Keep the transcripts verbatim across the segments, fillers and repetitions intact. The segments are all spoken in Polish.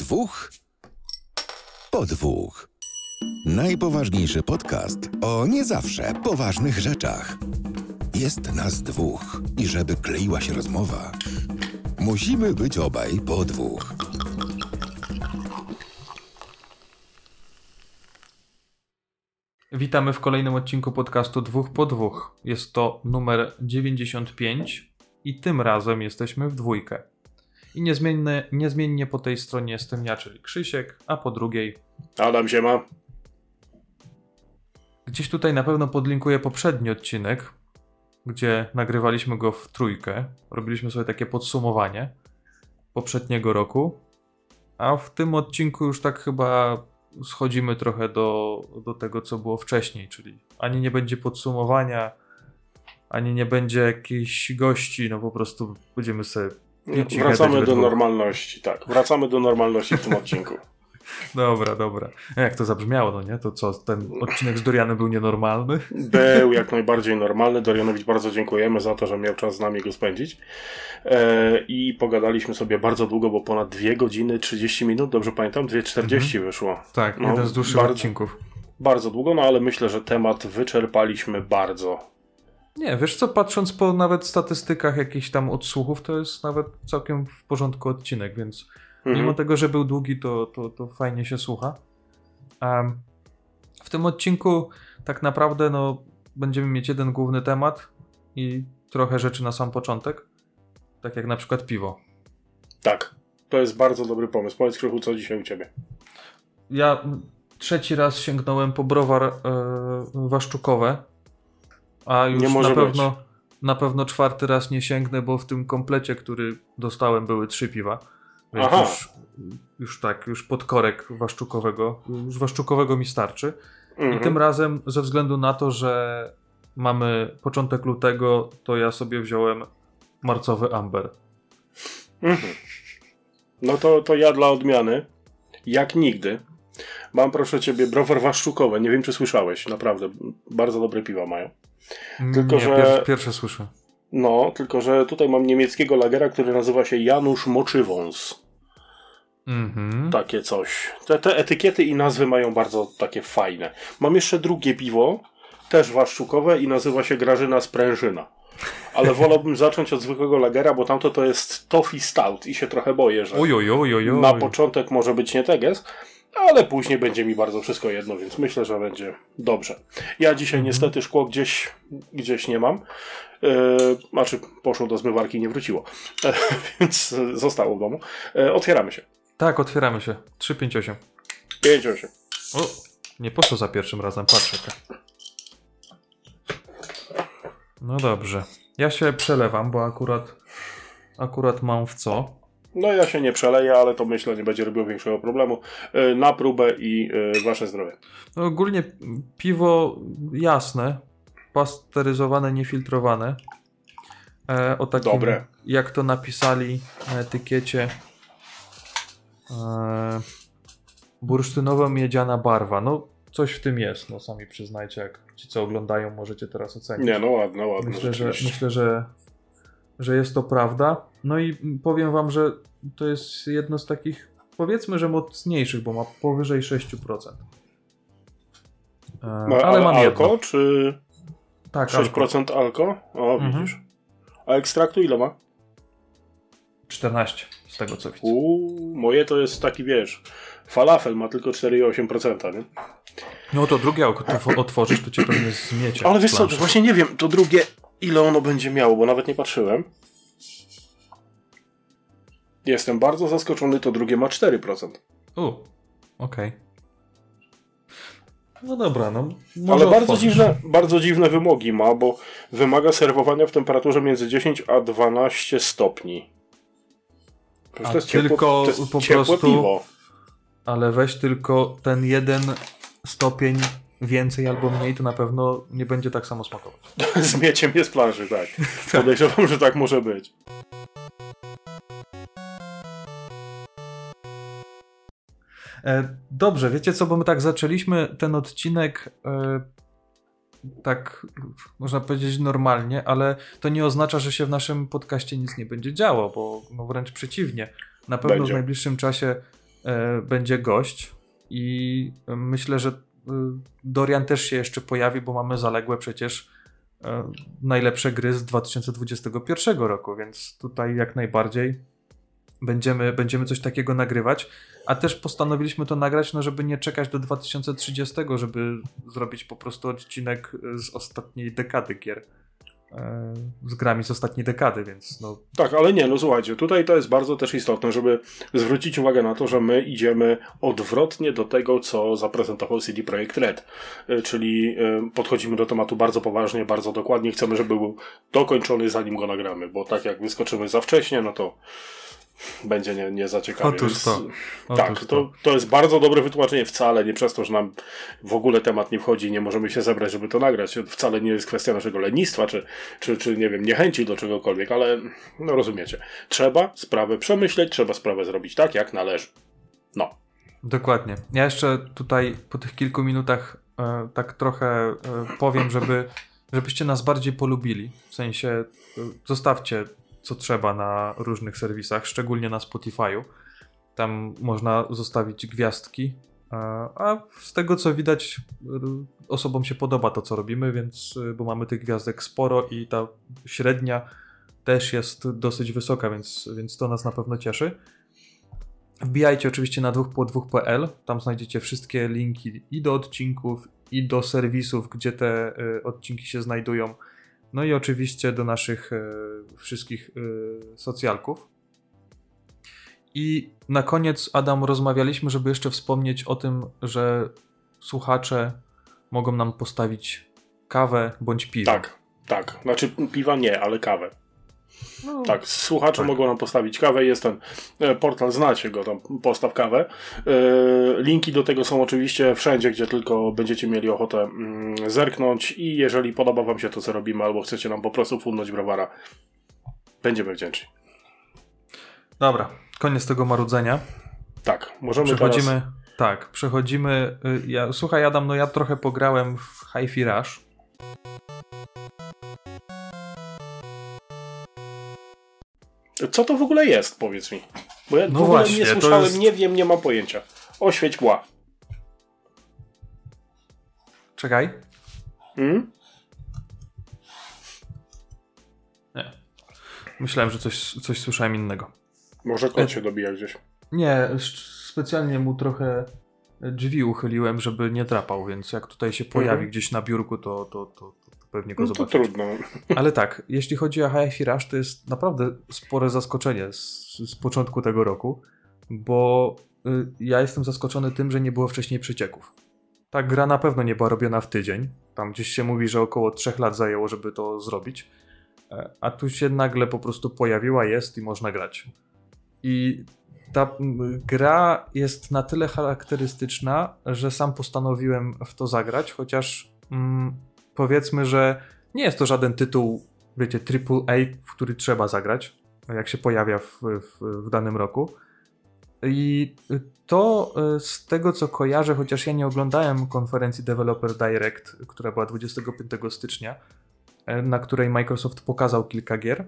dwóch po dwóch. Najpoważniejszy podcast o nie zawsze poważnych rzeczach. Jest nas dwóch i żeby kleiła się rozmowa, musimy być obaj po dwóch. Witamy w kolejnym odcinku podcastu Dwóch po dwóch. Jest to numer dziewięćdziesiąt pięć i tym razem jesteśmy w dwójkę. I niezmiennie, niezmiennie po tej stronie jestem ja, czyli Krzysiek, a po drugiej Adam, siema. Gdzieś tutaj na pewno podlinkuję poprzedni odcinek, gdzie nagrywaliśmy go w trójkę. Robiliśmy sobie takie podsumowanie poprzedniego roku. A w tym odcinku już tak chyba schodzimy trochę do, do tego, co było wcześniej, czyli ani nie będzie podsumowania, ani nie będzie jakichś gości, no po prostu będziemy sobie pić i Wracamy do normalności, tak. Wracamy do normalności w tym odcinku. Dobra, dobra. Jak to zabrzmiało, no nie? To co, ten odcinek z Dorianem był nienormalny? Był jak najbardziej normalny. Dorianowi bardzo dziękujemy za to, że miał czas z nami go spędzić. E, I pogadaliśmy sobie bardzo długo, bo ponad dwie godziny trzydzieści minut, dobrze pamiętam? dwie czterdzieści mhm. wyszło. Tak, no, jeden z dłuższych bardzo, odcinków. Bardzo długo, no ale myślę, że temat wyczerpaliśmy bardzo. Nie, wiesz co, patrząc po nawet statystykach jakichś tam odsłuchów, to jest nawet całkiem w porządku odcinek, więc mhm. mimo tego, że był długi, to, to, to fajnie się słucha. Um, w tym odcinku tak naprawdę no, będziemy mieć jeden główny temat i trochę rzeczy na sam początek, tak jak na przykład piwo. Tak, to jest bardzo dobry pomysł. Powiedz, Krzychu, co dzisiaj u ciebie? Ja trzeci raz sięgnąłem po browar e, waszczukowe, a już nie może na pewno, być. na pewno czwarty raz nie sięgnę, bo w tym komplecie, który dostałem, były trzy piwa. Więc Aha. już, już tak, już podkorek waszczukowego, już waszczukowego mi starczy. Mhm. I tym razem, ze względu na to, że mamy początek lutego, to ja sobie wziąłem marcowy amber. Mhm. No to, to ja dla odmiany, jak nigdy, mam proszę ciebie browar waszczukowe. Nie wiem, czy słyszałeś, naprawdę, bardzo dobre piwa mają. Tylko, nie, że... pierwsze, pierwsze słyszę. No, tylko że tutaj mam niemieckiego lagera, który nazywa się Janusz Moczywąs. Mhm. Takie coś. Te, te etykiety i nazwy mają bardzo takie fajne. Mam jeszcze drugie piwo, też waszczukowe i nazywa się Grażyna Sprężyna. Ale wolałbym zacząć od zwykłego lagera, bo tamto to jest Toffee Stout i się trochę boję, że oj, oj, oj, oj, oj. na początek może być nie teges, ale później będzie mi bardzo wszystko jedno, więc myślę, że będzie dobrze. Ja dzisiaj mhm. niestety szkło gdzieś, gdzieś nie mam. Yy, znaczy poszło do zmywarki i nie wróciło. E, więc zostało w domu. E, otwieramy się. Tak, otwieramy się. trzy pięć osiem. pięć osiem. O, nie poszło za pierwszym razem, patrzę. No dobrze. Ja się przelewam, bo akurat akurat mam w co. No ja się nie przeleję, ale to myślę nie będzie robiło większego problemu. E, na próbę i e, wasze zdrowie. No, ogólnie piwo jasne, pasteryzowane, niefiltrowane. E, o takim, Dobre. Jak to napisali na etykiecie, e, bursztynowo-miedziana barwa. No coś w tym jest, no sami przyznajcie, jak ci co oglądają możecie teraz ocenić. Nie, no ładne, ładne. Myślę, że, myślę że, że jest to prawda. No i powiem wam, że to jest jedno z takich, powiedzmy, że mocniejszych, bo ma powyżej sześć procent. E, ma, ale, ale mam alko, jedno. czy tak, sześć procent alko? alko? O, mhm. widzisz. A ekstraktu ile ma? czternaście z tego co widzę. Uuu, moje to jest taki, wiesz, falafel ma tylko cztery przecinek osiem procent, nie? No to drugie, jak to otworzysz, to cię pewnie zmiecie. Ale wiesz co, właśnie nie wiem, to drugie ile ono będzie miało, bo nawet nie patrzyłem. Jestem bardzo zaskoczony, to drugie ma cztery procent. U, okej. Okay. No dobra, no. Może ale bardzo dziwne, bardzo dziwne wymogi ma, bo wymaga serwowania w temperaturze między dziesięć a dwanaście stopni. A to jest tylko ciepło, to jest po ciepłe prostu piwo. Ale weź tylko ten jeden stopień więcej albo mniej, to na pewno nie będzie tak samo smakować. Z mieciem jest planszy, tak. Podejrzewam, że tak może być. Dobrze, wiecie co, bo my tak zaczęliśmy ten odcinek e, tak, można powiedzieć normalnie, ale to nie oznacza, że się w naszym podcaście nic nie będzie działo, bo no wręcz przeciwnie. Na pewno będzie. w najbliższym czasie e, będzie gość i myślę, że Dorian też się jeszcze pojawi, bo mamy zaległe przecież e, najlepsze gry z dwa tysiące dwudziestego pierwszego roku, więc tutaj jak najbardziej będziemy, będziemy coś takiego nagrywać, a też postanowiliśmy to nagrać, no żeby nie czekać do dwa tysiące trzydziestego, żeby zrobić po prostu odcinek z ostatniej dekady gier. Z grami z ostatniej dekady, więc no... Tak, ale nie, no słuchajcie, tutaj to jest bardzo też istotne, żeby zwrócić uwagę na to, że my idziemy odwrotnie do tego, co zaprezentował C D Projekt Red, czyli podchodzimy do tematu bardzo poważnie, bardzo dokładnie, chcemy, żeby był dokończony, zanim go nagramy, bo tak jak wyskoczymy za wcześnie, no to będzie nie, nie za ciekawie. Otóż Więc, to. Otóż tak, to. To, to jest bardzo dobre wytłumaczenie, wcale nie przez to, że nam w ogóle temat nie wchodzi, nie możemy się zebrać, żeby to nagrać. Wcale nie jest kwestia naszego lenistwa, czy, czy, czy nie wiem, niechęci do czegokolwiek, ale no rozumiecie. Trzeba sprawę przemyśleć, trzeba sprawę zrobić tak, jak należy. No. Dokładnie. Ja jeszcze tutaj po tych kilku minutach e, tak trochę e, powiem, żeby, żebyście nas bardziej polubili. W sensie e, zostawcie co trzeba na różnych serwisach, szczególnie na Spotify'u. Tam można zostawić gwiazdki, a z tego co widać osobom się podoba to co robimy, więc bo mamy tych gwiazdek sporo i ta średnia też jest dosyć wysoka, więc, więc to nas na pewno cieszy. Wbijajcie oczywiście na dwóch po dwóch kropka p l, tam znajdziecie wszystkie linki i do odcinków, i do serwisów, gdzie te y, odcinki się znajdują. No i oczywiście do naszych e, wszystkich e, socjalków. I na koniec, Adam, rozmawialiśmy, żeby jeszcze wspomnieć o tym, że słuchacze mogą nam postawić kawę bądź piwo. Tak, tak. Znaczy piwa nie, ale kawę. No, tak, słuchacze tak. mogą nam postawić kawę. Jest ten portal, znacie go, tam postaw kawę. Linki do tego są oczywiście wszędzie, gdzie tylko będziecie mieli ochotę zerknąć i jeżeli podoba wam się to, co robimy, albo chcecie nam po prostu fundnąć browara, będziemy wdzięczni. Dobra, koniec tego marudzenia. Tak, możemy Przechodzimy, teraz... tak, przechodzimy... Ja, słuchaj, Adam, no ja trochę pograłem w Hi-Fi Rush. Co to w ogóle jest, powiedz mi? Bo ja No w ogóle właśnie, nie to słyszałem, jest... nie wiem, nie mam pojęcia. Oświeć mła. Czekaj. Hmm? Nie. Myślałem, że coś, coś słyszałem innego. Może kot się dobija gdzieś. Nie, specjalnie mu trochę drzwi uchyliłem, żeby nie drapał, więc jak tutaj się pojawi mhm. gdzieś na biurku, to, to, to, to pewnie go no to zobaczycie. trudno. Ale tak, jeśli chodzi o Hi-Fi Rush, to jest naprawdę spore zaskoczenie z, z początku tego roku, bo y, ja jestem zaskoczony tym, że nie było wcześniej przecieków. Ta gra na pewno nie była robiona w tydzień. Tam gdzieś się mówi, że około trzech lat zajęło, żeby to zrobić. A tu się nagle po prostu pojawiła, jest i można grać. I ta gra jest na tyle charakterystyczna, że sam postanowiłem w to zagrać, chociaż mm, powiedzmy, że nie jest to żaden tytuł, wiecie, triple A, w który trzeba zagrać, jak się pojawia w, w, w danym roku. I to z tego, co kojarzę, chociaż ja nie oglądałem konferencji Developer Direct, która była dwudziestego piątego stycznia, na której Microsoft pokazał kilka gier,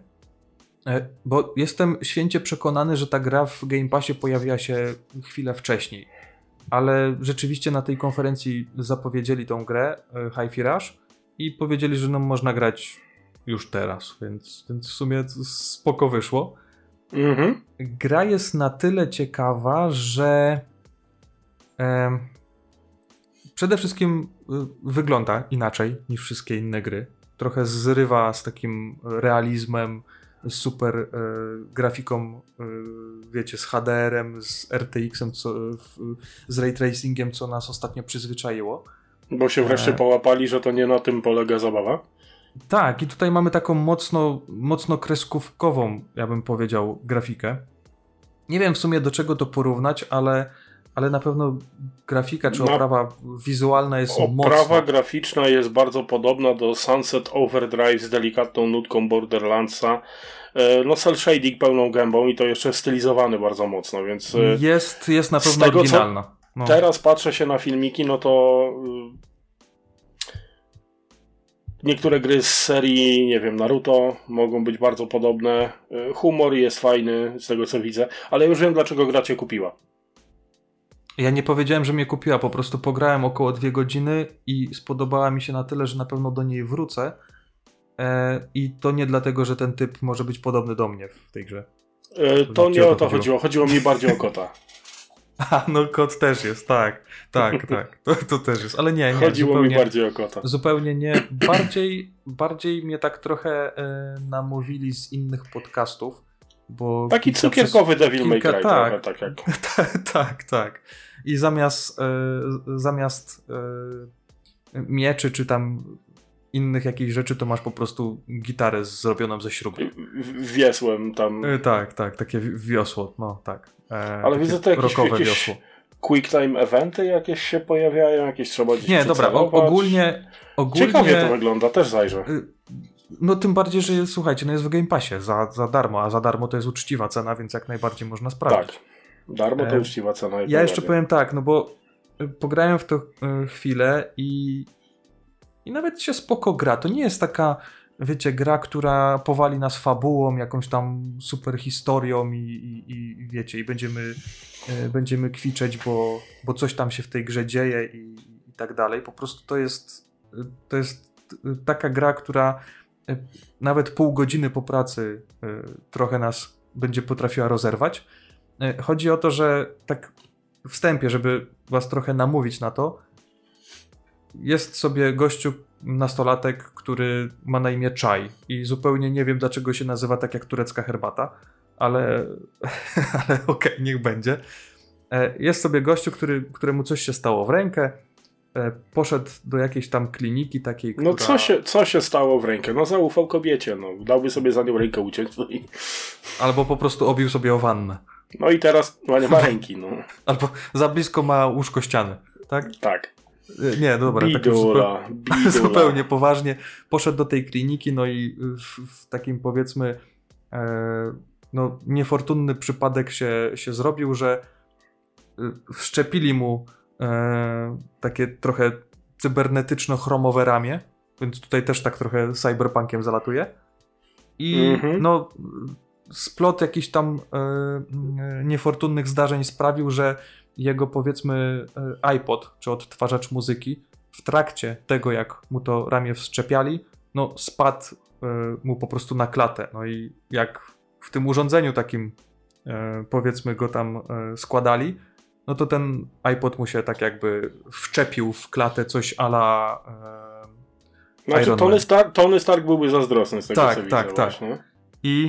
bo jestem święcie przekonany, że ta gra w Game Passie pojawiła się chwilę wcześniej, ale rzeczywiście na tej konferencji zapowiedzieli tą grę Hi-Fi Rush i powiedzieli, że no można grać już teraz, więc, więc w sumie spoko wyszło. Mhm. Gra jest na tyle ciekawa, że e, przede wszystkim wygląda inaczej niż wszystkie inne gry. Trochę zrywa z takim realizmem, z super e, grafiką, e, wiecie, z H D R-em, z R T X-em, co, w, z ray tracingiem, co nas ostatnio przyzwyczaiło. Bo się wreszcie e... połapali, że to nie na tym polega zabawa. Tak, i tutaj mamy taką mocno, mocno kreskówkową, ja bym powiedział, grafikę. Nie wiem w sumie do czego to porównać, ale, ale na pewno grafika czy na... oprawa wizualna jest oprawa mocna. Oprawa graficzna jest bardzo podobna do Sunset Overdrive z delikatną nutką Borderlandsa. No cel shading pełną gębą i to jeszcze stylizowany bardzo mocno, więc... Jest, jest na pewno tego, oryginalna. No. Teraz patrzę się na filmiki, no to... Niektóre gry z serii, nie wiem, Naruto mogą być bardzo podobne. Humor jest fajny, z tego co widzę, ale już wiem, dlaczego gra cię kupiła. Ja nie powiedziałem, że mnie kupiła, po prostu pograłem około dwie godziny i spodobała mi się na tyle, że na pewno do niej wrócę. E, I to nie dlatego, że ten typ może być podobny do mnie w tej grze. E, to nie o to chodziło. Chodziło mi bardziej o kota. A, no kot też jest, tak. Tak, tak. To, to też jest, ale nie, nie. Chodziło zupełnie, mi bardziej o kota. Zupełnie nie. Bardziej, bardziej mnie tak trochę e, namówili z innych podcastów. Bo Taki kilka cukierkowy przez, Devil May kilka, Cry, tak, trochę, tak jak... tak, tak, tak. I zamiast e, zamiast e, mieczy czy tam innych jakichś rzeczy, to masz po prostu gitarę zrobioną ze śrub. Wiesłem tam. E, tak, tak, takie wiosło, no tak. E, Ale widzę to jakieś, rockowe jakieś wiosło. quick time eventy jakieś się pojawiają, jakieś trzeba gdzieś Nie, dobra, o, ogólnie, ogólnie... Ciekawie to wygląda, też zajrzę. No tym bardziej, że jest, słuchajcie, no jest w Game Passie za, za darmo, a za darmo to jest uczciwa cena, więc jak najbardziej można sprawdzić. Tak, darmo to uczciwa cena. Ja jeszcze powiem tak, no bo pograłem w to chwilę i, i nawet się spoko gra. To nie jest taka, wiecie, gra, która powali nas fabułą, jakąś tam super historią i, i, i wiecie, i będziemy, będziemy kwiczeć, bo, bo coś tam się w tej grze dzieje i, i tak dalej. Po prostu to jest, to jest taka gra, która nawet pół godziny po pracy trochę nas będzie potrafiła rozerwać. Chodzi o to, że tak w wstępie, żeby was trochę namówić na to, jest sobie gościu, nastolatek, który ma na imię Czaj i zupełnie nie wiem, dlaczego się nazywa tak jak turecka herbata, ale, ale okej, okay, niech będzie. Jest sobie gościu, który, któremu coś się stało w rękę, poszedł do jakiejś tam kliniki takiej, która... No co się, co się stało w rękę? No zaufał kobiecie, no. Dałby sobie za nią rękę uciec. No i... Albo po prostu obił sobie o wannę. No i teraz no, nie ma ręki, no. Albo za blisko ma łóżko ściany, tak? Tak. Nie, dobra. Bidula, tak zupeł... bidula. zupełnie poważnie. Poszedł do tej kliniki, no i w, w takim powiedzmy e, no niefortunny przypadek się, się zrobił, że wszczepili mu e, takie trochę cybernetyczno-chromowe ramię, więc tutaj też tak trochę cyberpunkiem zalatuje. I mm-hmm. no splot jakichś tam e, niefortunnych zdarzeń sprawił, że jego powiedzmy iPod, czy odtwarzacz muzyki, w trakcie tego, jak mu to ramię wszczepiali, no spadł e, mu po prostu na klatę. No i jak w tym urządzeniu takim e, powiedzmy go tam e, składali, no to ten iPod mu się tak jakby wszczepił w klatę coś a la e, Znaczy Tony Stark, Tony Stark byłby zazdrosny z tego, tak, co widzę. Tak, tak, tak. I...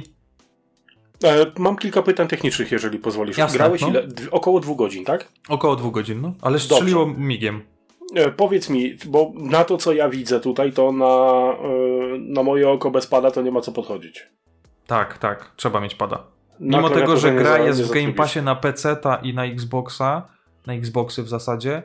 E, mam kilka pytań technicznych, jeżeli pozwolisz. Jasne, Grałeś no. ile? D- około dwóch godzin, tak? Około dwóch godzin, no. Ale strzeliło Dobrze. migiem. E, powiedz mi, bo na to, co ja widzę tutaj, to na, e, na moje oko bez pada to nie ma co podchodzić. Tak, tak. Trzeba mieć pada. Na Mimo tego, że gra za, jest w Game Passie na peceta i na Xboxa, na Xboxy w zasadzie,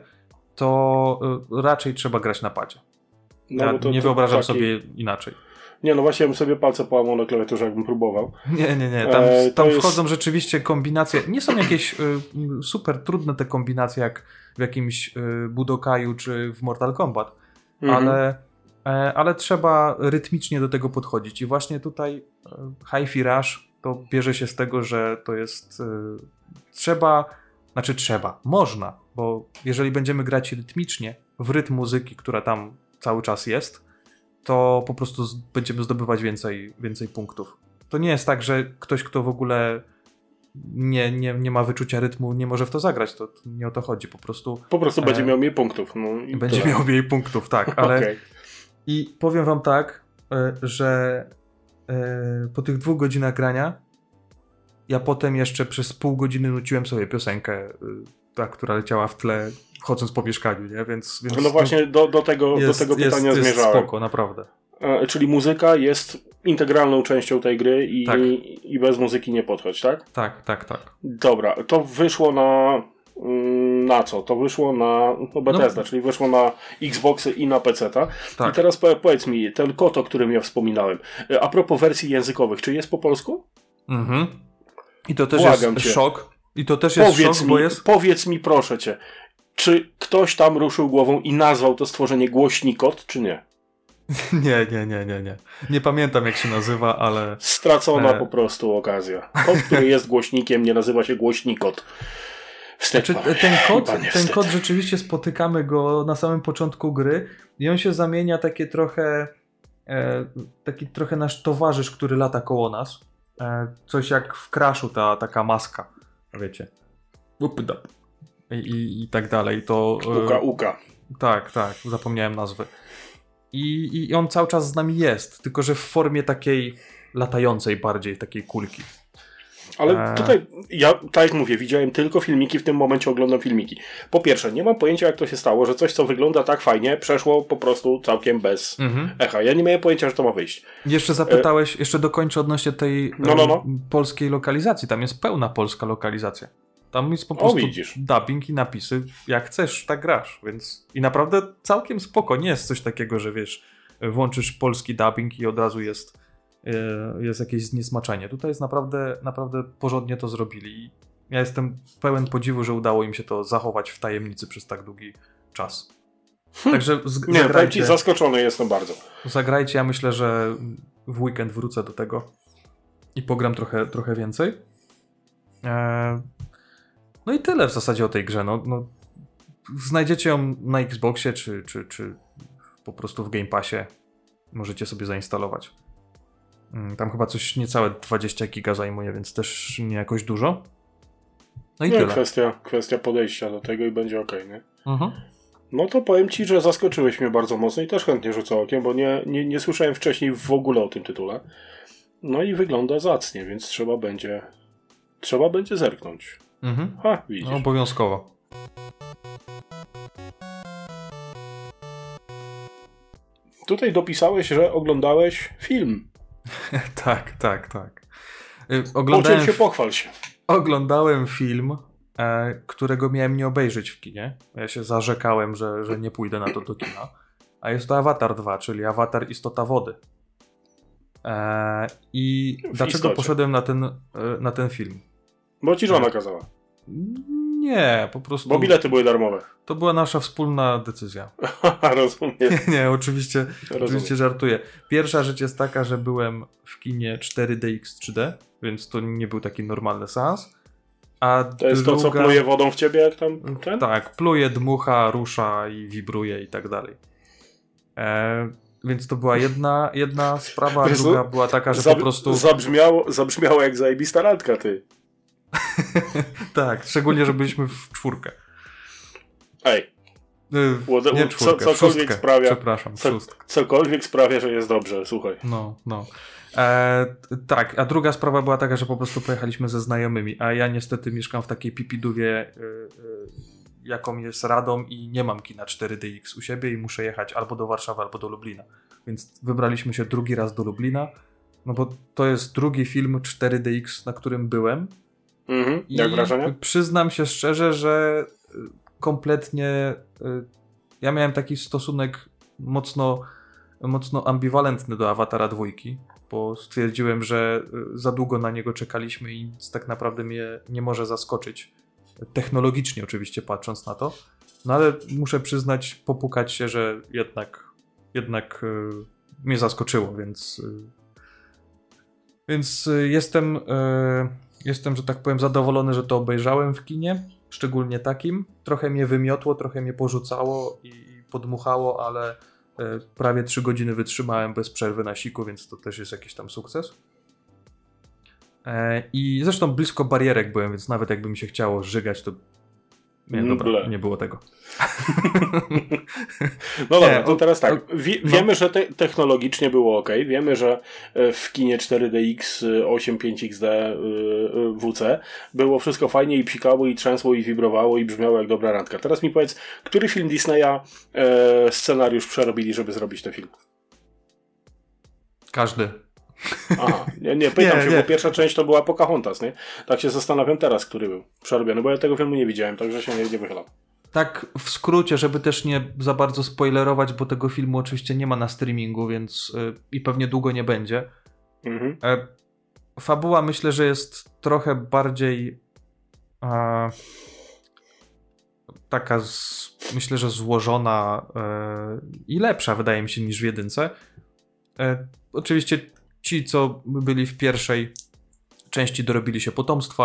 to y, raczej trzeba grać na padzie. No, ja to, nie to wyobrażam taki... sobie inaczej. Nie, no właśnie ja bym sobie palce połamał na klawiaturze, jakbym próbował. Nie, nie, nie. Tam, e, tam jest... wchodzą rzeczywiście kombinacje. Nie są jakieś y, super trudne te kombinacje, jak w jakimś y, Budokaju czy w Mortal Kombat, mhm. ale, e, ale trzeba rytmicznie do tego podchodzić. I właśnie tutaj y, Hi-Fi Rush to bierze się z tego, że to jest y, trzeba, znaczy trzeba, można, bo jeżeli będziemy grać rytmicznie w rytm muzyki, która tam cały czas jest, to po prostu z, będziemy zdobywać więcej, więcej punktów. To nie jest tak, że ktoś, kto w ogóle nie, nie, nie ma wyczucia rytmu, nie może w to zagrać. To, to nie o to chodzi, po prostu... Po prostu e, będzie miał mniej punktów. No i będzie tyle. miał mniej punktów, tak, ale... Okay. I powiem wam tak, e, że e, po tych dwóch godzinach grania ja potem jeszcze przez pół godziny nuciłem sobie piosenkę, e, ta, która leciała w tle, chodząc po mieszkaniu, nie? Więc, więc no właśnie do, do, tego, jest, do tego pytania jest, zmierzałem. Jest spoko, naprawdę. E, czyli muzyka jest integralną częścią tej gry i, tak. i, i bez muzyki nie podchodź, tak? Tak, tak, tak. Dobra, to wyszło na... Na co? To wyszło na no Bethesda, no. czyli wyszło na Xboxy i na peceta. Tak. I teraz powiedz mi, ten kod, o którym ja wspominałem, a propos wersji językowych, czy jest po polsku? Mhm. I to też Błagam jest cię. szok. I to też jest powiedz szok, mi, bo jest... Powiedz mi, proszę cię, czy ktoś tam ruszył głową i nazwał to stworzenie głośnikot, czy nie? Nie, nie, nie, nie, nie. Nie pamiętam, jak się nazywa, ale... Stracona e... po prostu okazja. Kod, który jest głośnikiem, nie nazywa się głośnikot. Znaczy, Wstyd, ten kod, panie, ten wstyd. kod rzeczywiście spotykamy go na samym początku gry i on się zamienia takie trochę e, taki trochę nasz towarzysz, który lata koło nas. E, coś jak w Crashu ta taka maska, wiecie. Updap. I, i, I tak dalej. To, e, Uka, uka. Tak, tak, zapomniałem nazwy. I, I on cały czas z nami jest, tylko że w formie takiej latającej bardziej, takiej kulki. Ale tutaj, ja tak jak mówię, widziałem tylko filmiki, w tym momencie oglądam filmiki. Po pierwsze, nie mam pojęcia, jak to się stało, że coś, co wygląda tak fajnie, przeszło po prostu całkiem bez Mhm. echa. Ja nie miałem pojęcia, że to ma wyjść. Jeszcze zapytałeś, jeszcze dokończę odnośnie tej No, no, no. e, polskiej lokalizacji. Tam jest pełna polska lokalizacja. Tam jest po O, prostu widzisz. dubbing i napisy, jak chcesz, tak grasz. Więc i naprawdę całkiem spoko. Nie jest coś takiego, że wiesz, włączysz polski dubbing i od razu jest, e, jest jakieś zniesmaczenie. Tutaj jest naprawdę, naprawdę porządnie to zrobili. I ja jestem pełen podziwu, że udało im się to zachować w tajemnicy przez tak długi czas. Także z- Nie, powiem ci, zagrajcie, zaskoczony jestem bardzo. zagrajcie. Ja myślę, że w weekend wrócę do tego i pogram trochę, trochę więcej. Eee, no i tyle w zasadzie o tej grze. No, no, znajdziecie ją na Xboxie czy, czy, czy po prostu w Game Passie. Możecie sobie zainstalować. Mm, Tam chyba coś niecałe dwadzieścia giga zajmuje, więc też nie jakoś dużo. No i Nie, tyle. kwestia, kwestia podejścia do tego i będzie okej, nie? Mhm. No to powiem ci, że zaskoczyłeś mnie bardzo mocno i też chętnie rzucę okiem, bo nie, nie, nie słyszałem wcześniej w ogóle o tym tytule. No i wygląda zacnie, więc trzeba będzie trzeba będzie zerknąć. Mhm. Ha, widzisz. No, obowiązkowo. Tutaj dopisałeś, że oglądałeś film. tak, tak, tak. Y, Po czym Oglądałem, się pochwal się. oglądałem film, e, którego miałem nie obejrzeć w kinie. Ja się zarzekałem, że, że nie pójdę na to do kina. A jest to Avatar dwa, czyli Avatar Istota Wody. E, I W dlaczego istocie. poszedłem na ten, e, na ten film? Bo ci żona kazała. Nie, po prostu Bo bilety były darmowe. to była nasza wspólna decyzja. Rozumiem. Nie, oczywiście, Rozumiem. oczywiście żartuję. Pierwsza rzecz jest taka, że byłem w kinie cztery D X trzy D, więc to nie był taki normalny seans. A To jest druga... to, co pluje wodą w ciebie, jak tam ten? Tak, pluje, dmucha, rusza i wibruje i tak dalej. E, więc to była jedna, jedna sprawa, a Jezu, druga była taka, że Zab- po prostu... Zabrzmiało, zabrzmiało jak zajebista randka, ty. tak, szczególnie, że byliśmy w czwórkę. Ej, Y, Łodę- nie co- czwórkę, w cokolwiek szóstkę. sprawia- Przepraszam, w co, szóstkę. cokolwiek sprawia, że jest dobrze, słuchaj. No, no. E, tak, a druga sprawa była taka, że po prostu pojechaliśmy ze znajomymi, a ja niestety mieszkam w takiej pipidówie, y, y, jaką jest Radom i nie mam kina cztery D X u siebie i muszę jechać albo do Warszawy, albo do Lublina. Więc wybraliśmy się drugi raz do Lublina, no bo to jest drugi film cztery D X, na którym byłem. Mhm. Jak I wrażenia? przyznam się szczerze, że y, kompletnie y, ja miałem taki stosunek mocno, mocno ambiwalentny do Awatara dwójki, bo stwierdziłem, że y, za długo na niego czekaliśmy i nic tak naprawdę mnie nie może zaskoczyć. Technologicznie oczywiście patrząc na to. No ale muszę przyznać, popukać się, że jednak, jednak y, mnie zaskoczyło, więc y, więc y, jestem, y, jestem, że tak powiem, zadowolony, że to obejrzałem w kinie, szczególnie takim. Trochę mnie wymiotło, trochę mnie porzucało i, i podmuchało, ale y, prawie trzy godziny wytrzymałem bez przerwy na siku, więc to też jest jakiś tam sukces. E, I zresztą blisko barierek byłem, więc nawet jakby mi się chciało żygać, to nie, dobra, Ble. nie było tego. No dobra, Nie, to o- teraz tak. o- Wie, no. Wiemy, że te, technologicznie było ok. Wiemy, że e, w kinie cztery D X e, osiem pięć X D e, e, W C było wszystko fajnie i psikało, i trzęsło, i wibrowało, i brzmiało jak dobra randka. Teraz mi powiedz, który film Disneya e, scenariusz przerobili, żeby zrobić ten film? Każdy. Aha, nie, nie pytam Nie, się, nie. bo pierwsza część to była Pocahontas, nie? Tak się zastanawiam teraz, który był przerobiony, bo ja tego filmu nie widziałem, także się nie, nie wychylam. Tak w skrócie, żeby też nie za bardzo spoilerować, bo tego filmu oczywiście nie ma na streamingu, więc y, i pewnie długo nie będzie. Mhm. E, fabuła myślę, że jest trochę bardziej e, taka z, myślę, że złożona e, i lepsza wydaje mi się niż w jedynce. E, oczywiście ci, co byli w pierwszej części, dorobili się potomstwa,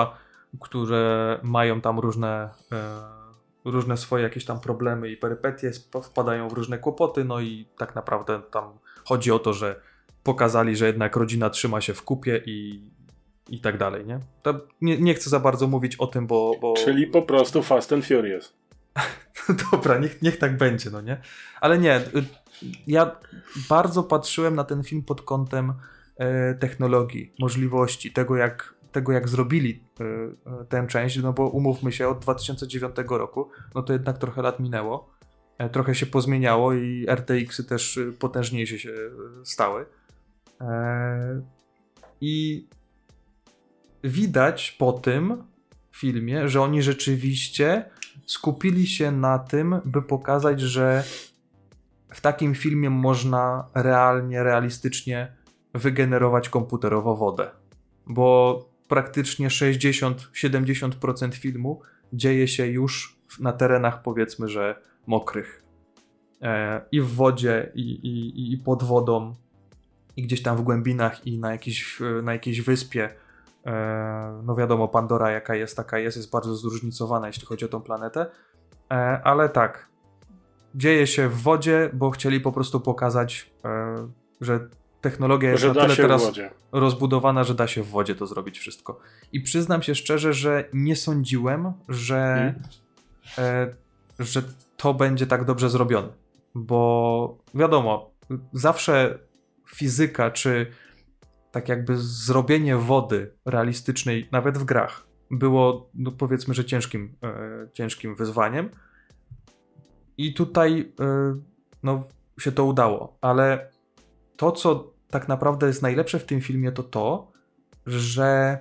które mają tam różne, e, różne swoje jakieś tam problemy i perypetie, wpadają w różne kłopoty, no i tak naprawdę tam chodzi o to, że pokazali, że jednak rodzina trzyma się w kupie i, i tak dalej, nie? To nie, nie chcę za bardzo mówić o tym, bo... bo... Czyli po prostu Fast and Furious. Dobra, niech, niech tak będzie, no nie? Ale nie, ja bardzo patrzyłem na ten film pod kątem e, technologii, możliwości, tego jak, tego jak zrobili e, tę część, no bo umówmy się, od dwa tysiące dziewiątego roku, no to jednak trochę lat minęło, e, trochę się pozmieniało i R T X-y też potężniejsze się stały. E, I widać po tym filmie, że oni rzeczywiście skupili się na tym, by pokazać, że w takim filmie można realnie, realistycznie wygenerować komputerowo wodę. Bo praktycznie sześćdziesiąt do siedemdziesięciu procent filmu dzieje się już na terenach, powiedzmy, że mokrych. E, I w wodzie, i, i, i pod wodą, i gdzieś tam w głębinach, i na jakiejś, na jakiejś wyspie. No wiadomo, Pandora jaka jest, taka jest, jest bardzo zróżnicowana, jeśli chodzi o tą planetę, ale tak, dzieje się w wodzie, bo chcieli po prostu pokazać, że technologia jest że na tyle teraz wodzie. rozbudowana, że da się w wodzie to zrobić wszystko. I przyznam się szczerze, że nie sądziłem, że, hmm. że to będzie tak dobrze zrobione, bo wiadomo, zawsze fizyka, czy tak jakby zrobienie wody realistycznej, nawet w grach, było, no powiedzmy, że ciężkim, e, ciężkim wyzwaniem. I tutaj e, no, się to udało. Ale to, co tak naprawdę jest najlepsze w tym filmie, to to, że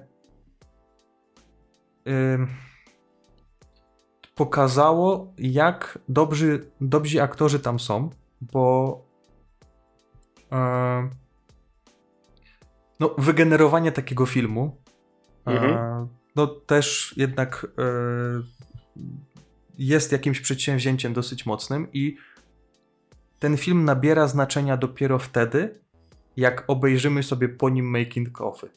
e, pokazało, jak dobrzy, dobrzy aktorzy tam są, bo e, no, wygenerowanie takiego filmu mhm. e, no też jednak e, jest jakimś przedsięwzięciem dosyć mocnym i ten film nabiera znaczenia dopiero wtedy, jak obejrzymy sobie po nim making offy.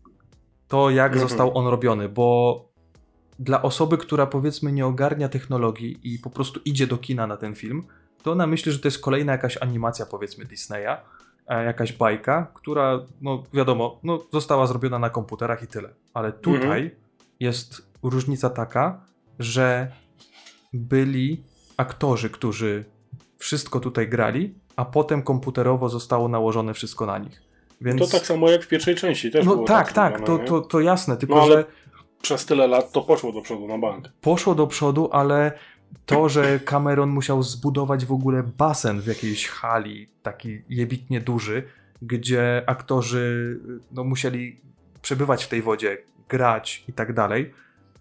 To jak mhm. został on robiony, bo dla osoby, która powiedzmy nie ogarnia technologii i po prostu idzie do kina na ten film, to ona myśli, że to jest kolejna jakaś animacja, powiedzmy Disneya, jakaś bajka, która, no wiadomo, no, została zrobiona na komputerach i tyle. Ale tutaj mhm. jest różnica taka, że byli aktorzy, którzy wszystko tutaj grali, a potem komputerowo zostało nałożone wszystko na nich. Więc... To tak samo jak w pierwszej części też no, było. Tak, tak, tak to, to, to jasne, tylko no, ale że... przez tyle lat to poszło do przodu na bank. Poszło do przodu, ale to, że Cameron musiał zbudować w ogóle basen w jakiejś hali, taki jebitnie duży, gdzie aktorzy no, musieli przebywać w tej wodzie, grać i tak dalej.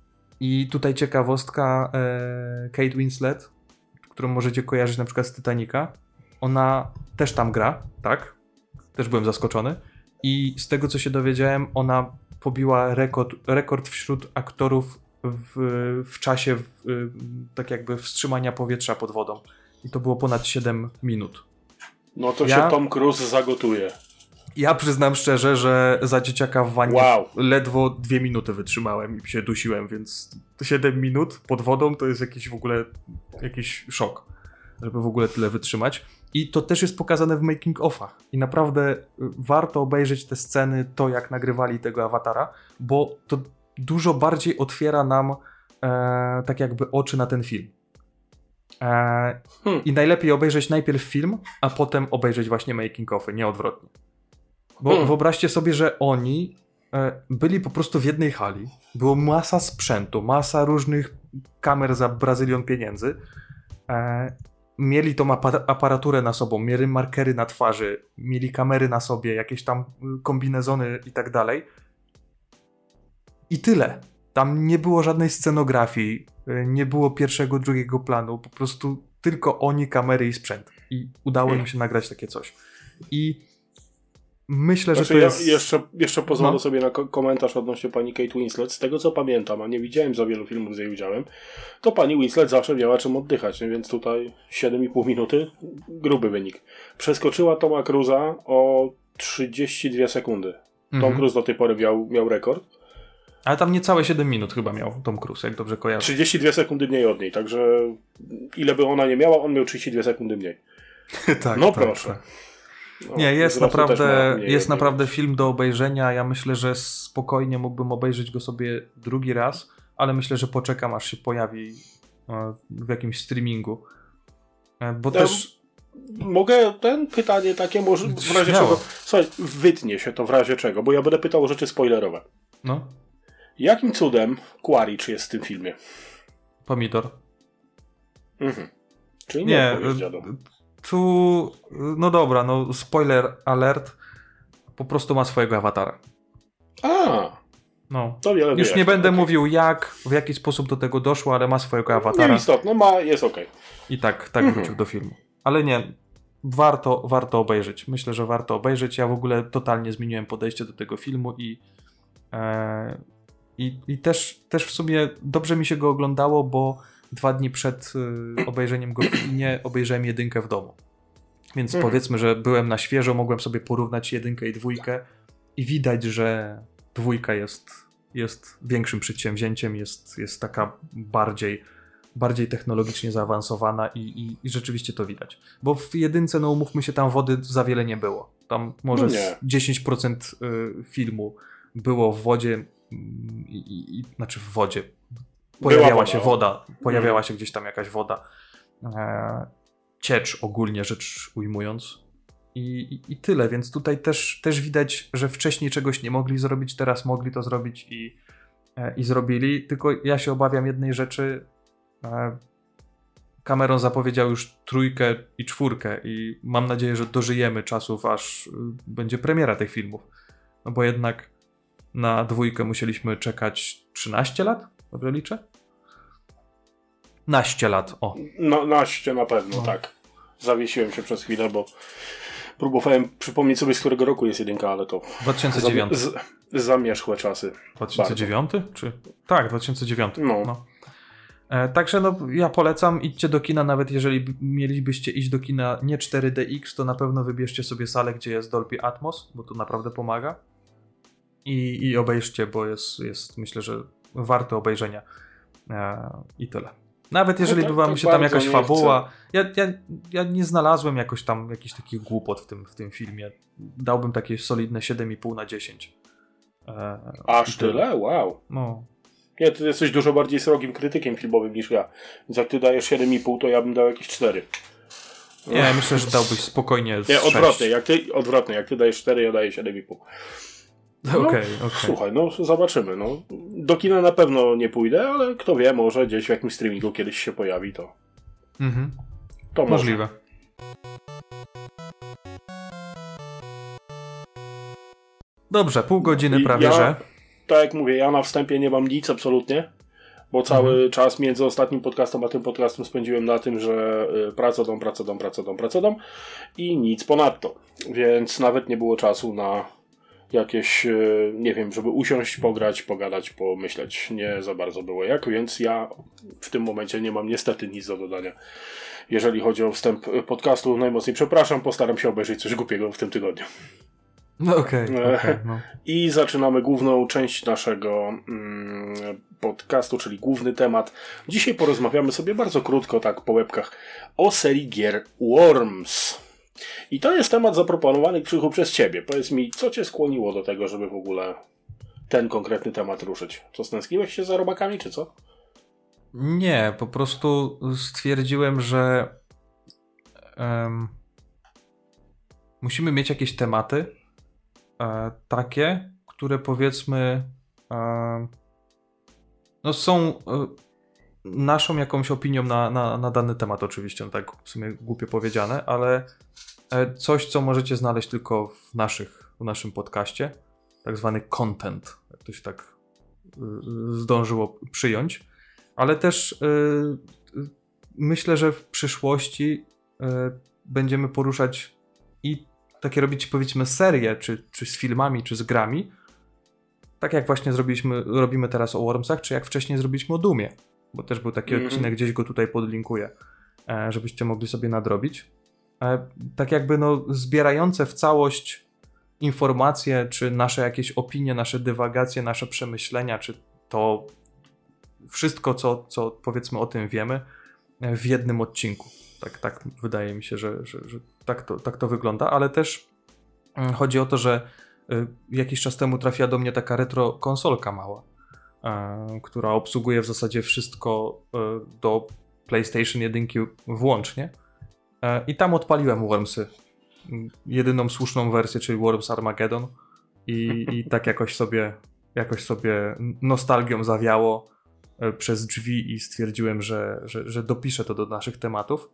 I tutaj ciekawostka, e, Kate Winslet, którą możecie kojarzyć na przykład z Titanica, ona też tam gra, tak? Też byłem zaskoczony. I z tego, co się dowiedziałem, ona pobiła rekord, rekord wśród aktorów w, w czasie w, tak jakby wstrzymania powietrza pod wodą. I to było ponad siedem minut. No to ja, się Tom Cruise zagotuje. Ja przyznam szczerze, że za dzieciaka w wannie wow. ledwo dwie minuty wytrzymałem i się dusiłem, więc siedem minut pod wodą to jest jakiś w ogóle jakiś szok, żeby w ogóle tyle wytrzymać. I to też jest pokazane w making offach. I naprawdę warto obejrzeć te sceny, to jak nagrywali tego awatara, bo to dużo bardziej otwiera nam e, tak jakby oczy na ten film. E, hmm. I najlepiej obejrzeć najpierw film, a potem obejrzeć właśnie making offy, nie odwrotnie. Bo hmm. wyobraźcie sobie, że oni e, byli po prostu w jednej hali, było masa sprzętu, masa różnych kamer za brazylion pieniędzy, e, mieli tą aparaturę na sobą, mieli markery na twarzy, mieli kamery na sobie, jakieś tam kombinezony i tak dalej. I tyle. Tam nie było żadnej scenografii, nie było pierwszego, drugiego planu, po prostu tylko oni, kamery i sprzęt. I udało im się nagrać takie coś. I myślę, znaczy, że to jest... Ja jeszcze, jeszcze pozwolę no. sobie na ko- komentarz odnośnie pani Kate Winslet. Z tego co pamiętam, a nie widziałem za wielu filmów z jej udziałem, to pani Winslet zawsze miała czym oddychać, nie? Więc tutaj siedem i pół minuty, gruby wynik. Przeskoczyła Toma Cruise'a o trzydzieści dwie sekundy. Tom mhm. Cruise do tej pory miał, miał rekord. Ale tam niecałe siedem minut chyba miał Tom Cruise, jak dobrze kojarzę. trzydzieści dwie sekundy mniej od niej, także ile by ona nie miała, on miał trzydzieści dwie sekundy mniej. tak, no tak, proszę. Tak. No, nie, jest wzrostu też naprawdę, ma mniej, jest nie naprawdę wiem. film do obejrzenia. Ja myślę, że spokojnie mógłbym obejrzeć go sobie drugi raz, ale myślę, że poczekam, aż się pojawi e, w jakimś streamingu. E, bo Tam, też... Mogę ten pytanie takie, może w razie Śmiało. czego. Słuchaj, wytnie się to w razie czego, bo ja będę pytał o rzeczy spoilerowe. No, Jakim cudem Quaritch jest w tym filmie? pomidor. Mhm. Czyli nie, Nie, odpowiedź, dziadu. tu... No dobra, no spoiler alert. Po prostu ma swojego awatara. A, No. to wiele Już wyjaśnia, nie będę okej. mówił jak, w jaki sposób do tego doszło, ale ma swojego awatara. Nieistotne, ma, jest okej. I tak, tak Mhm. wrócił do filmu. Ale nie, warto, warto obejrzeć. Myślę, że warto obejrzeć. Ja w ogóle totalnie zmieniłem podejście do tego filmu i, e, i, i też, też w sumie dobrze mi się go oglądało, bo dwa dni przed y, obejrzeniem go w kinie obejrzałem jedynkę w domu. Więc Mhm. powiedzmy, że byłem na świeżo, mogłem sobie porównać jedynkę i dwójkę i widać, że dwójka jest, jest większym przedsięwzięciem, jest, jest taka bardziej bardziej technologicznie zaawansowana i, i, i rzeczywiście to widać. Bo w jedynce, no umówmy się, tam wody za wiele nie było. Tam może No nie. z dziesięć procent y, filmu było w wodzie mm, i, i, i znaczy w wodzie. Pojawiała woda. się woda, pojawiała się gdzieś tam jakaś woda. E, ciecz ogólnie rzecz ujmując. I, i, I tyle, więc tutaj też, też widać, że wcześniej czegoś nie mogli zrobić, teraz mogli to zrobić i, e, i zrobili. Tylko ja się obawiam jednej rzeczy. Cameron zapowiedział już trójkę i czwórkę i mam nadzieję, że dożyjemy czasów, aż będzie premiera tych filmów. No bo jednak na dwójkę musieliśmy czekać trzynaście lat? Dobrze liczę? naście lat, o. No, naście na pewno, No. tak. Zawiesiłem się przez chwilę, bo próbowałem przypomnieć sobie, z którego roku jest jedynka, ale to dwa tysiące dziewiąty. z, zamierzchłe czasy. dwa tysiące dziewiąty? Czy? Tak, dwa tysiące dziewiąty. No. No. E, także no, ja polecam, idźcie do kina, nawet jeżeli b- mielibyście iść do kina nie cztery D X, to na pewno wybierzcie sobie salę, gdzie jest Dolby Atmos, bo to naprawdę pomaga. I, i obejrzcie, bo jest, jest, myślę, że warte obejrzenia. E, I tyle. Nawet jeżeli tak- by wam tak się tam bardzo jakaś nie fabuła... Ja, ja, ja nie znalazłem jakoś tam jakichś takich głupot w tym, w tym filmie. Dałbym takie solidne siedem i pół na dziesięć. E, Aż i tyle? Wow. No. Nie, ty jesteś dużo bardziej srogim krytykiem filmowym niż ja. Więc jak ty dajesz siedem i pół, to ja bym dał jakieś cztery. Nie, myślę, że dałbyś spokojnie z Nie, sześć. odwrotnie. Jak ty, odwrotnie. Jak ty dajesz cztery, ja daję siedem i pół. Okej, No, okej. Słuchaj, no zobaczymy. No. Do kina na pewno nie pójdę, ale kto wie, może gdzieś w jakimś streamingu kiedyś się pojawi, to, Mhm. to może. Możliwe. Dobrze, pół godziny I prawie, ja, że. Tak jak mówię, ja na wstępie nie mam nic absolutnie, bo cały Mhm. czas między ostatnim podcastem a tym podcastem spędziłem na tym, że y, praca, dom, praca, dom, praca, dom, praca, dom i nic ponadto. Więc nawet nie było czasu na jakieś, y, nie wiem, żeby usiąść, pograć, pogadać, pomyśleć. Nie za bardzo było jak, więc ja w tym momencie nie mam niestety nic do dodania. Jeżeli chodzi o wstęp podcastu, najmocniej przepraszam, postaram się obejrzeć coś głupiego w tym tygodniu. No okej, E, okej, no. I zaczynamy główną część naszego mm, podcastu, czyli główny temat. Dzisiaj porozmawiamy sobie bardzo krótko, tak po łebkach, o serii gier Worms. I to jest temat zaproponowany, Krzychu, przez ciebie. Powiedz mi, co cię skłoniło do tego, żeby w ogóle ten konkretny temat ruszyć? Co, stęskniłeś się za robakami, czy co? Nie, po prostu stwierdziłem, że em, musimy mieć jakieś tematy e, takie, które powiedzmy e, no są e, naszą jakąś opinią na, na, na dany temat oczywiście, no tak w sumie głupio powiedziane, ale e, coś, co możecie znaleźć tylko w, naszych, w naszym podcaście, tak zwany content, jak to się tak y, zdążyło przyjąć. Ale też y, y, myślę, że w przyszłości y, będziemy poruszać i takie robić, powiedzmy, serie, czy, czy z filmami, czy z grami. Tak jak właśnie zrobiliśmy, robimy teraz o Wormsach, czy jak wcześniej zrobiliśmy o Doomie. Bo też był taki Mhm. odcinek, gdzieś go tutaj podlinkuję, e, żebyście mogli sobie nadrobić. E, tak jakby no zbierające w całość informacje, czy nasze jakieś opinie, nasze dywagacje, nasze przemyślenia, czy to wszystko, co, co powiedzmy o tym wiemy, w jednym odcinku. Tak, tak wydaje mi się, że, że, że tak, to, tak to wygląda, ale też chodzi o to, że jakiś czas temu trafiła do mnie taka retro konsolka mała, która obsługuje w zasadzie wszystko do PlayStation jeden włącznie. I tam odpaliłem Wormsy. Jedyną słuszną wersję, czyli Worms Armageddon. I, i tak jakoś sobie, jakoś sobie nostalgią zawiało przez drzwi i stwierdziłem, że, że, że dopiszę to do naszych tematów.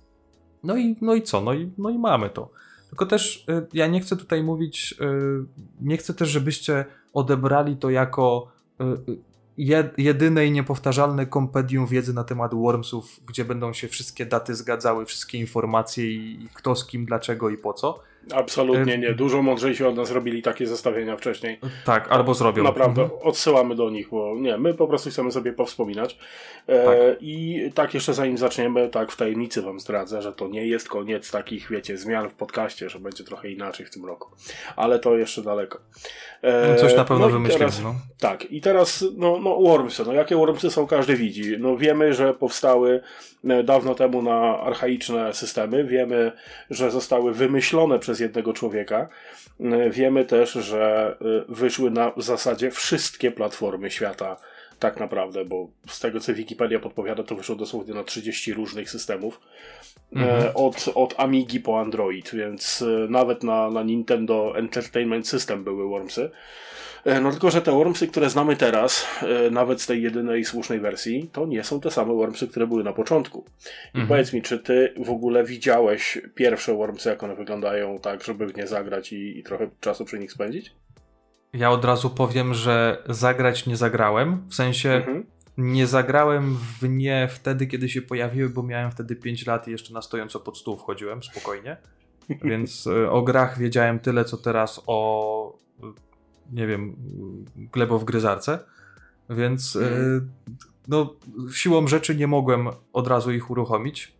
No i, no i co? No i, no i mamy to. Tylko też y, ja nie chcę tutaj mówić, y, nie chcę też, żebyście odebrali to jako y, jed, jedyne i niepowtarzalne kompendium wiedzy na temat Wormsów, gdzie będą się wszystkie daty zgadzały, wszystkie informacje i, i kto z kim, dlaczego i po co. Absolutnie nie. Dużo mądrzejsi od nas robili takie zestawienia wcześniej. Tak, albo zrobią. Naprawdę, mhm. odsyłamy do nich, bo nie, my po prostu chcemy sobie powspominać. E, tak. I tak jeszcze zanim zaczniemy, tak w tajemnicy wam zdradzę, że to nie jest koniec takich, wiecie, zmian w podcaście, że będzie trochę inaczej w tym roku. Ale to jeszcze daleko. E, Coś na pewno no wymyślimy. Teraz, no. Tak, i teraz no, no Wormsy. No jakie Wormsy są, każdy widzi. No wiemy, że powstały dawno temu na archaiczne systemy. Wiemy, że zostały wymyślone przez jednego człowieka. Wiemy też, że wyszły na w zasadzie wszystkie platformy świata tak naprawdę, bo z tego co Wikipedia podpowiada, to wyszło dosłownie na trzydzieści różnych systemów. Mhm. Od, od Amigi po Android, więc nawet na, na Nintendo Entertainment System były Wormsy. No tylko, że te Wormsy, które znamy teraz, nawet z tej jedynej słusznej wersji, to nie są te same Wormsy, które były na początku. I mhm. powiedz mi, czy ty w ogóle widziałeś pierwsze Wormsy, jak one wyglądają, tak, żeby w nie zagrać i, i trochę czasu przy nich spędzić? Ja od razu powiem, że zagrać nie zagrałem, w sensie mhm. nie zagrałem w nie wtedy, kiedy się pojawiły, bo miałem wtedy pięć lat i jeszcze na stojąco pod stół wchodziłem, spokojnie. Więc o grach wiedziałem tyle, co teraz o, nie wiem, Glebo w gryzarce. Więc mm. no, siłą rzeczy nie mogłem od razu ich uruchomić.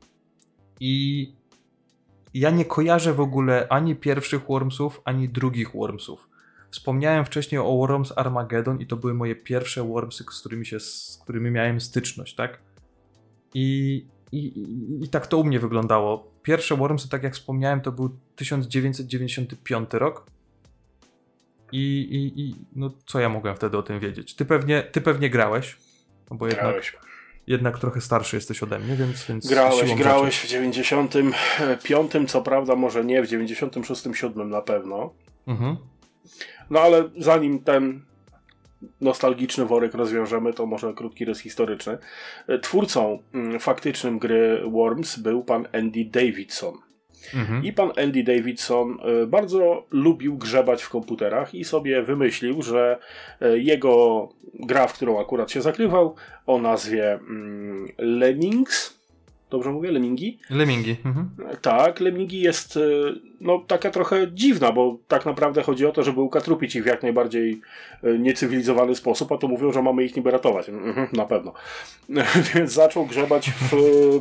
I ja nie kojarzę w ogóle ani pierwszych Wormsów, ani drugich Wormsów. Wspomniałem wcześniej o Worms Armageddon i to były moje pierwsze Wormsy, z którymi, się, z którymi miałem styczność, tak? I, i, i, i tak to u mnie wyglądało. Pierwsze Wormsy, tak jak wspomniałem, to był tysiąc dziewięćset dziewięćdziesiąty piąty rok. I, i, i no co ja mogłem wtedy o tym wiedzieć? Ty pewnie, ty pewnie grałeś, no bo jednak, grałeś. jednak trochę starszy jesteś ode mnie, więc... więc grałeś, grałeś rzeczy. W dziewięćdziesiątym piątym, co prawda może nie, w dziewięćdziesiątym szóstym, siódmym na pewno. Mhm. No ale zanim ten nostalgiczny worek rozwiążemy, to może krótki rys historyczny. Twórcą faktycznym gry Worms był pan Andy Davidson. Mhm. I pan Andy Davidson bardzo lubił grzebać w komputerach i sobie wymyślił, że jego gra, w którą akurat się zakrywał, o nazwie Lemmings. Dobrze mówię? Lemmingi? Lemmingi. Mhm. Tak, Lemmingi jest no taka trochę dziwna, bo tak naprawdę chodzi o to, żeby ukatrupić ich w jak najbardziej niecywilizowany sposób, a to mówią, że mamy ich niby ratować. Mhm, na pewno. Więc zaczął grzebać w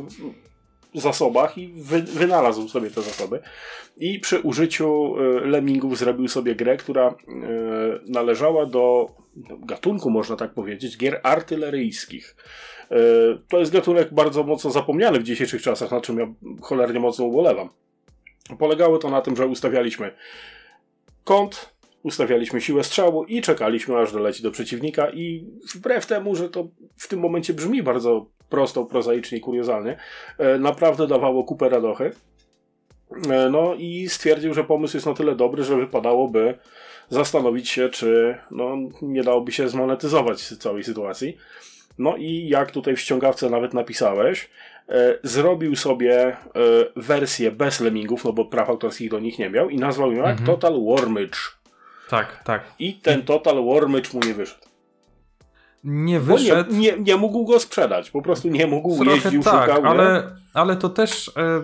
zasobach i wy, wynalazł sobie te zasoby. I przy użyciu Lemmingów zrobił sobie grę, która należała do gatunku, można tak powiedzieć, gier artyleryjskich. To jest gatunek bardzo mocno zapomniany w dzisiejszych czasach, na czym ja cholernie mocno ubolewam. Polegało to na tym, że ustawialiśmy kąt, ustawialiśmy siłę strzału i czekaliśmy, aż doleci do przeciwnika i wbrew temu, że to w tym momencie brzmi bardzo prosto, prozaicznie i kuriozalnie, naprawdę dawało kupę radochy. No i stwierdził, że pomysł jest na tyle dobry, że wypadałoby zastanowić się, czy no, nie dałoby się zmonetyzować całej sytuacji. No i jak tutaj w ściągawce nawet napisałeś, e, zrobił sobie e, wersję bez lemmingów, no bo praw autorskich do nich nie miał i nazwał ją jak mhm. Total Wormage. Tak, tak. I ten Total Wormage mu nie wyszedł. Nie wyszedł. Nie, nie, nie mógł go sprzedać, po prostu nie mógł, Trochę jeździł, tak, szukał. Ale, ale to też e,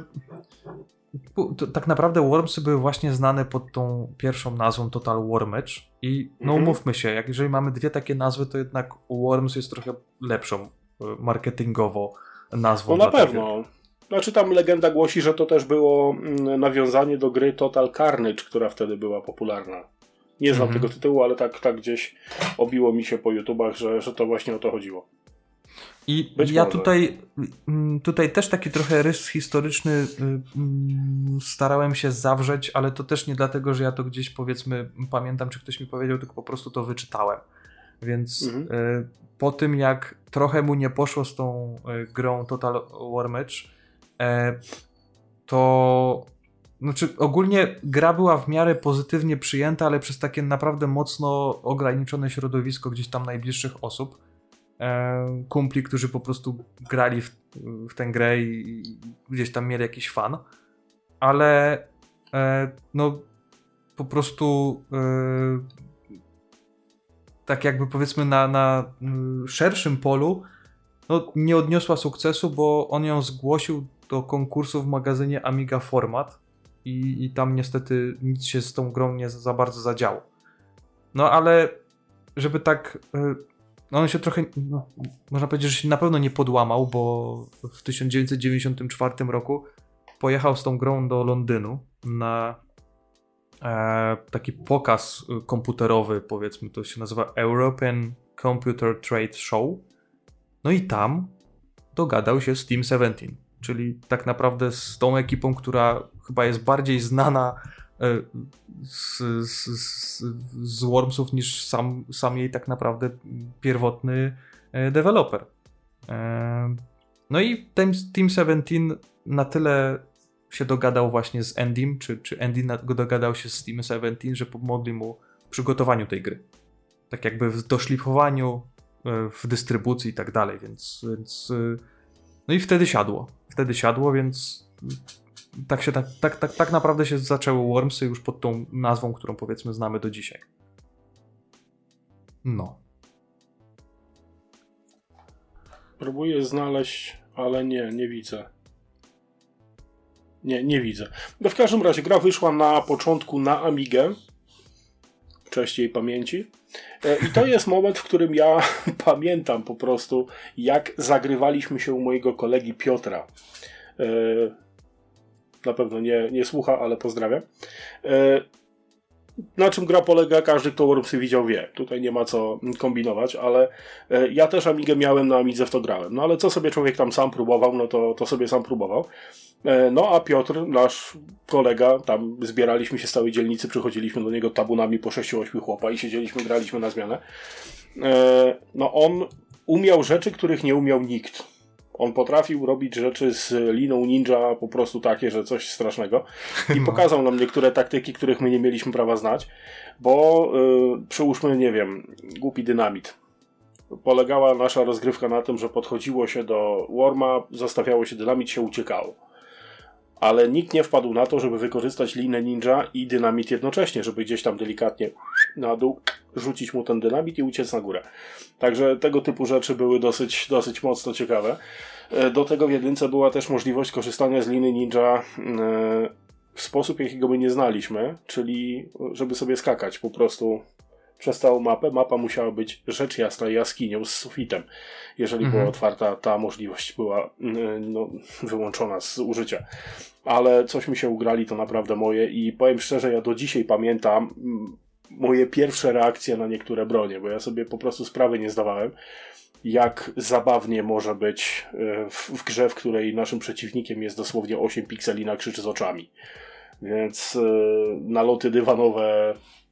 to, tak naprawdę Wormsy były właśnie znane pod tą pierwszą nazwą Total Wormage i no mhm. umówmy się, jak jeżeli mamy dwie takie nazwy, to jednak Worms jest trochę lepszą marketingowo nazwą. No na pewno. Znaczy tam legenda głosi, że to też było mm, nawiązanie do gry Total Carnage, która wtedy była popularna. Nie znam Mhm. tego tytułu, ale tak, tak gdzieś obiło mi się po YouTubach, że, że to właśnie o to chodziło. I Być ja może. tutaj, mm, tutaj też taki trochę rys historyczny y, mm, starałem się zawrzeć, ale to też nie dlatego, że ja to gdzieś powiedzmy pamiętam, czy ktoś mi powiedział, tylko po prostu to wyczytałem. Więc Mhm. y, po tym jak trochę mu nie poszło z tą y, grą Total War Match, y, to znaczy ogólnie gra była w miarę pozytywnie przyjęta, ale przez takie naprawdę mocno ograniczone środowisko gdzieś tam najbliższych osób. E, kumpli, którzy po prostu grali w, w tę grę i, i gdzieś tam mieli jakiś fan, ale e, no po prostu e, tak jakby powiedzmy na, na m, szerszym polu no, nie odniosła sukcesu, bo on ją zgłosił do konkursu w magazynie Amiga Format i, i tam niestety nic się z tą grą nie za bardzo zadziało. No ale żeby tak e, no on się trochę, no, można powiedzieć, że się na pewno nie podłamał, bo w tysiąc dziewięćset dziewięćdziesiątym czwartym roku pojechał z tą grą do Londynu na e, taki pokaz komputerowy, powiedzmy, to się nazywa European Computer Trade Show. No i tam dogadał się z Team siedemnaście, czyli tak naprawdę z tą ekipą, która chyba jest bardziej znana z, z, z, z Wormsów niż sam, sam jej tak naprawdę pierwotny deweloper. No i Team, Team siedemnaście na tyle się dogadał właśnie z Andym, czy, czy Andy dogadał się z Team siedemnaście, że pomogli mu w przygotowaniu tej gry. Tak jakby w doszlifowaniu, w dystrybucji i tak dalej, więc, więc no i wtedy siadło. Wtedy siadło, więc tak się tak, tak, tak, tak naprawdę się zaczęły Wormsy już pod tą nazwą, którą powiedzmy znamy do dzisiaj. No. Próbuję znaleźć, ale nie, nie widzę. Nie, nie widzę. No w każdym razie gra wyszła na początku na Amigę. Cześć jej pamięci. I to jest moment, w którym ja pamiętam po prostu, jak zagrywaliśmy się u mojego kolegi Piotra. Na pewno nie, nie słucha, ale pozdrawiam. Na czym gra polega, każdy, kto Wormsy widział, wie. Tutaj nie ma co kombinować, ale ja też Amigę miałem, na Amidze w to grałem. No ale co sobie człowiek tam sam próbował, no to, to sobie sam próbował. No a Piotr, nasz kolega, tam zbieraliśmy się z całej dzielnicy, przychodziliśmy do niego tabunami po sześciu ośmiu chłopa i siedzieliśmy, graliśmy na zmianę. No on umiał rzeczy, których nie umiał nikt. On potrafił robić rzeczy z liną ninja po prostu takie, że coś strasznego. I No. pokazał nam niektóre taktyki, których my nie mieliśmy prawa znać, bo yy, przyłóżmy, nie wiem, głupi dynamit. Polegała nasza rozgrywka na tym, że podchodziło się do Worma, zostawiało się dynamit, się uciekało. Ale nikt nie wpadł na to, żeby wykorzystać linę ninja i dynamit jednocześnie, żeby gdzieś tam delikatnie na dół rzucić mu ten dynamit i uciec na górę. Także tego typu rzeczy były dosyć, dosyć mocno ciekawe. Do tego w jedynce była też możliwość korzystania z liny ninja w sposób, jakiego my nie znaliśmy, czyli żeby sobie skakać po prostu przez całą mapę. Mapa musiała być rzecz jasna jaskinią z sufitem. Jeżeli Mhm. była otwarta, ta możliwość była no, wyłączona z użycia. Ale coś mi się ugrali, to naprawdę moje i powiem szczerze, ja do dzisiaj pamiętam moje pierwsze reakcje na niektóre bronie, bo ja sobie po prostu sprawy nie zdawałem, jak zabawnie może być w, w grze, w której naszym przeciwnikiem jest dosłownie osiem pikseli na krzyż z oczami. Więc yy, naloty dywanowe,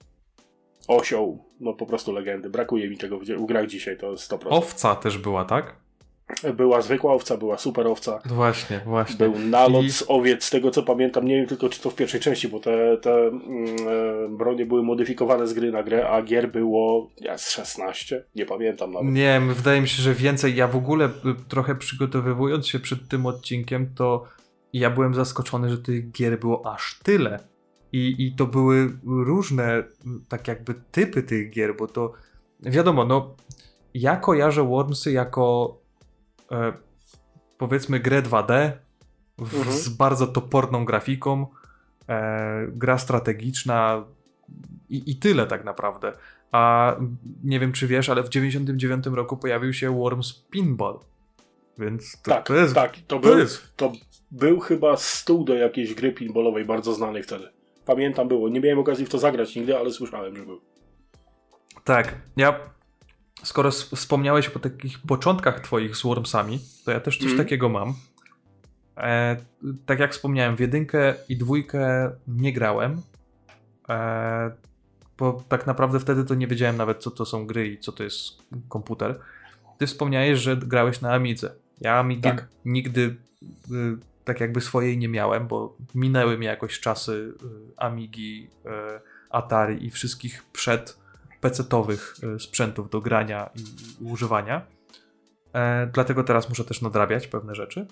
osioł, no po prostu legendy. Brakuje mi tego w, w grach dzisiaj, to jest sto procent. Owca też była, tak? Była zwykła owca, była super owca. Właśnie, właśnie. Był nalot I... z owiec, z tego co pamiętam, nie wiem tylko czy to w pierwszej części, bo te, te mm, bronie były modyfikowane z gry na grę, a gier było ja, z szesnaście, nie pamiętam nawet. Nie, wydaje mi się, że więcej. Ja w ogóle trochę przygotowywując się przed tym odcinkiem, to ja byłem zaskoczony, że tych gier było aż tyle. I, i to były różne tak jakby typy tych gier, bo to wiadomo, no ja kojarzę Wormsy jako e, powiedzmy grę dwa D w, Mhm. z bardzo toporną grafiką, e, gra strategiczna i, i tyle tak naprawdę. A nie wiem czy wiesz, ale w dziewięćdziesiątym dziewiątym roku pojawił się Worms Pinball. Więc to, tak, to jest... tak, to, to był, jest... to był chyba stół do jakiejś gry pinballowej bardzo znanej wtedy. Pamiętam było. Nie miałem okazji w to zagrać nigdy, ale słyszałem, że był. Tak, ja... Skoro wspomniałeś o takich początkach twoich z Wormsami, to ja też coś mm. takiego mam. E, tak jak wspomniałem, w jedynkę i dwójkę nie grałem, e, bo tak naprawdę wtedy to nie wiedziałem nawet, co to są gry i co to jest komputer. Ty wspomniałeś, że grałeś na Amidze. Ja Amigi tak. nigdy y, tak jakby swojej nie miałem, bo minęły mi jakoś czasy y, Amigi, y, Atari i wszystkich przed pecetowych sprzętów do grania i używania. E, dlatego teraz muszę też nadrabiać pewne rzeczy.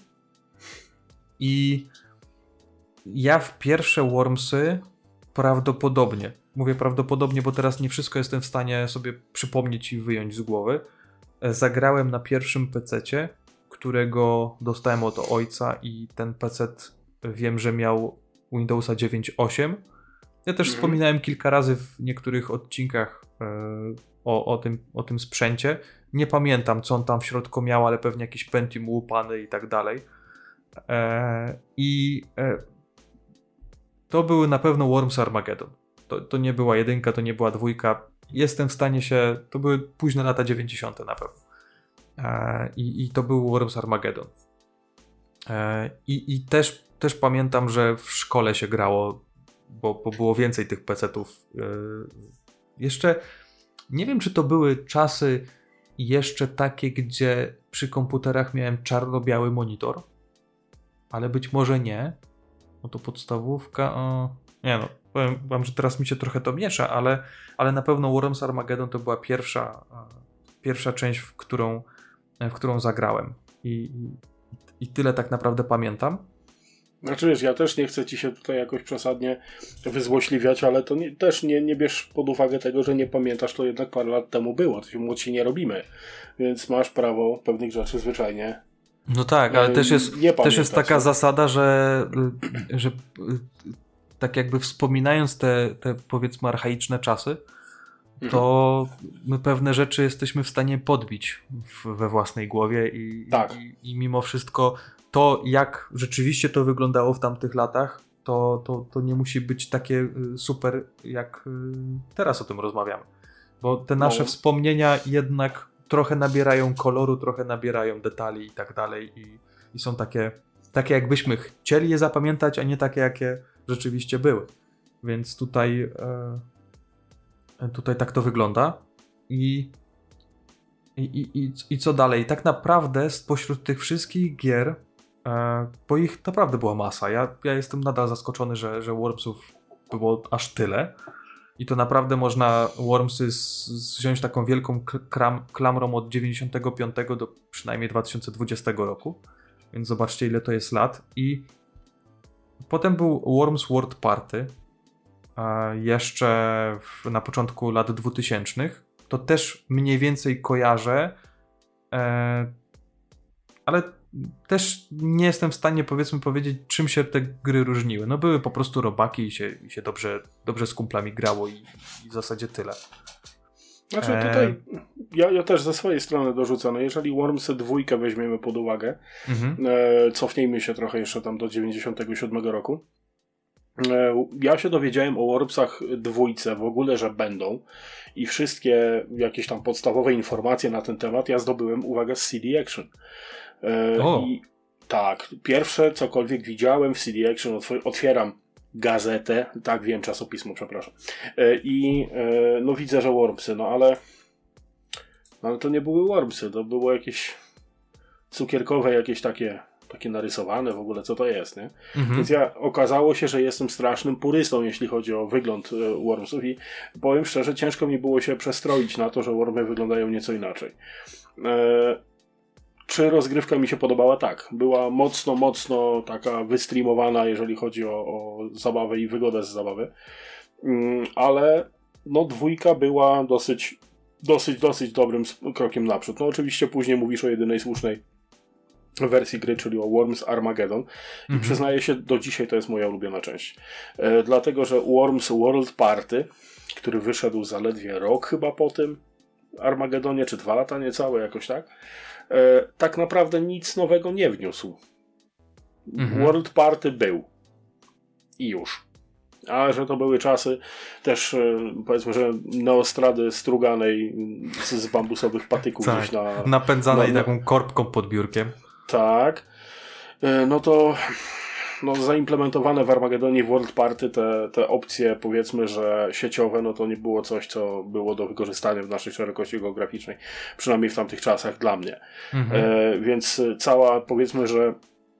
I ja w pierwsze Wormsy prawdopodobnie, mówię prawdopodobnie, bo teraz nie wszystko jestem w stanie sobie przypomnieć i wyjąć z głowy, e, zagrałem na pierwszym pececie, którego dostałem od ojca i ten pecet wiem, że miał Windowsa dziewięć osiem. Ja też mm-hmm. wspominałem kilka razy w niektórych odcinkach yy, o, o, tym, o tym sprzęcie. Nie pamiętam, co on tam w środku miał, ale pewnie jakiś Pentium łupany i tak dalej. E, I e, to były na pewno Worms Armageddon. To, to nie była jedynka, to nie była dwójka. Jestem w stanie się... To były późne lata dziewięćdziesiąte na pewno. E, i, I to był Worms Armageddon. E, I i też, też pamiętam, że w szkole się grało, bo, bo było więcej tych pecetów. E, jeszcze nie wiem, czy to były czasy jeszcze takie, gdzie przy komputerach miałem czarno-biały monitor, ale być może nie. No to podstawówka... O, nie no, powiem wam, że teraz mi się trochę to miesza, ale, ale na pewno Worms Armageddon to była pierwsza, pierwsza część, w którą, w którą zagrałem. I, i, I tyle tak naprawdę pamiętam. Znaczy wiesz, ja też nie chcę ci się tutaj jakoś przesadnie wyzłośliwiać, ale to nie, też nie, nie bierz pod uwagę tego, że nie pamiętasz, to jednak parę lat temu było. To się młodsi nie robimy. Więc masz prawo pewnych rzeczy zwyczajnie. No tak, ale też jest, też jest taka zasada, że, że tak jakby wspominając te, te powiedzmy archaiczne czasy, to my pewne rzeczy jesteśmy w stanie podbić w, we własnej głowie i, tak. i, i mimo wszystko to, jak rzeczywiście to wyglądało w tamtych latach, to, to, to nie musi być takie super, jak teraz o tym rozmawiamy. Bo te nasze no. wspomnienia jednak trochę nabierają koloru, trochę nabierają detali i tak dalej i, i są takie, takie jakbyśmy chcieli je zapamiętać, a nie takie, jakie rzeczywiście były. Więc tutaj e, tutaj tak to wygląda i, i, i, i co dalej? Tak naprawdę spośród tych wszystkich gier, e, bo ich naprawdę była masa. Ja, ja jestem nadal zaskoczony, że, że Wormsów było aż tyle. I to naprawdę można Wormsy z, z wziąć taką wielką kram, klamrą od dziewięćdziesiątego piątego do przynajmniej dwa tysiące dwudziestego roku. Więc zobaczcie, ile to jest lat. I potem był Worms World Party. A jeszcze w, na początku lat dwutysięcznych. To też mniej więcej kojarzę. E, ale też nie jestem w stanie, powiedzmy, powiedzieć, czym się te gry różniły. No były po prostu robaki i się, i się dobrze, dobrze z kumplami grało i, i w zasadzie tyle. Znaczy tutaj e... ja, ja też ze swojej strony dorzucę, no jeżeli Wormsy dwójkę weźmiemy pod uwagę, mhm. e, cofnijmy się trochę jeszcze tam do dziewięćdziesiątego siódmego roku. E, ja się dowiedziałem o Wormsach dwójce w ogóle, że będą i wszystkie jakieś tam podstawowe informacje na ten temat ja zdobyłem, uwaga, z C D Action. O. I tak, pierwsze cokolwiek widziałem w C D Action, otwieram gazetę, tak wiem, czasopismo, przepraszam, i no widzę, że Wormsy, no ale no, ale to nie były Wormsy, to było jakieś cukierkowe, jakieś takie takie narysowane w ogóle, co to jest, nie? Mhm. Więc ja, okazało się, że jestem strasznym purystą, jeśli chodzi o wygląd e, Wormsów i powiem szczerze, ciężko mi było się przestroić na to, że Wormy wyglądają nieco inaczej. E, Czy rozgrywka mi się podobała? Tak. Była mocno, mocno taka wystreamowana, jeżeli chodzi o, o zabawę i wygodę z zabawy. Mm, ale no dwójka była dosyć, dosyć, dosyć dobrym krokiem naprzód. No oczywiście później mówisz o jedynej słusznej wersji gry, czyli o Worms Armageddon. I mhm. przyznaję się, do dzisiaj to jest moja ulubiona część. E, dlatego, że Worms World Party, który wyszedł zaledwie rok chyba po tym, Armagedonie, czy dwa lata niecałe, jakoś tak, e, tak naprawdę nic nowego nie wniósł. Mhm. World Party był. I już. A że to były czasy też, powiedzmy, że neostrady struganej z, z bambusowych patyków tak, gdzieś na... napędzanej na, taką korbką pod biurkiem. Tak. No to no, zaimplementowane w Armagedonie w World Party te, te opcje, powiedzmy, że sieciowe, no to nie było coś, co było do wykorzystania w naszej szerokości geograficznej. Przynajmniej w tamtych czasach dla mnie. Mhm. E, więc cała, powiedzmy, że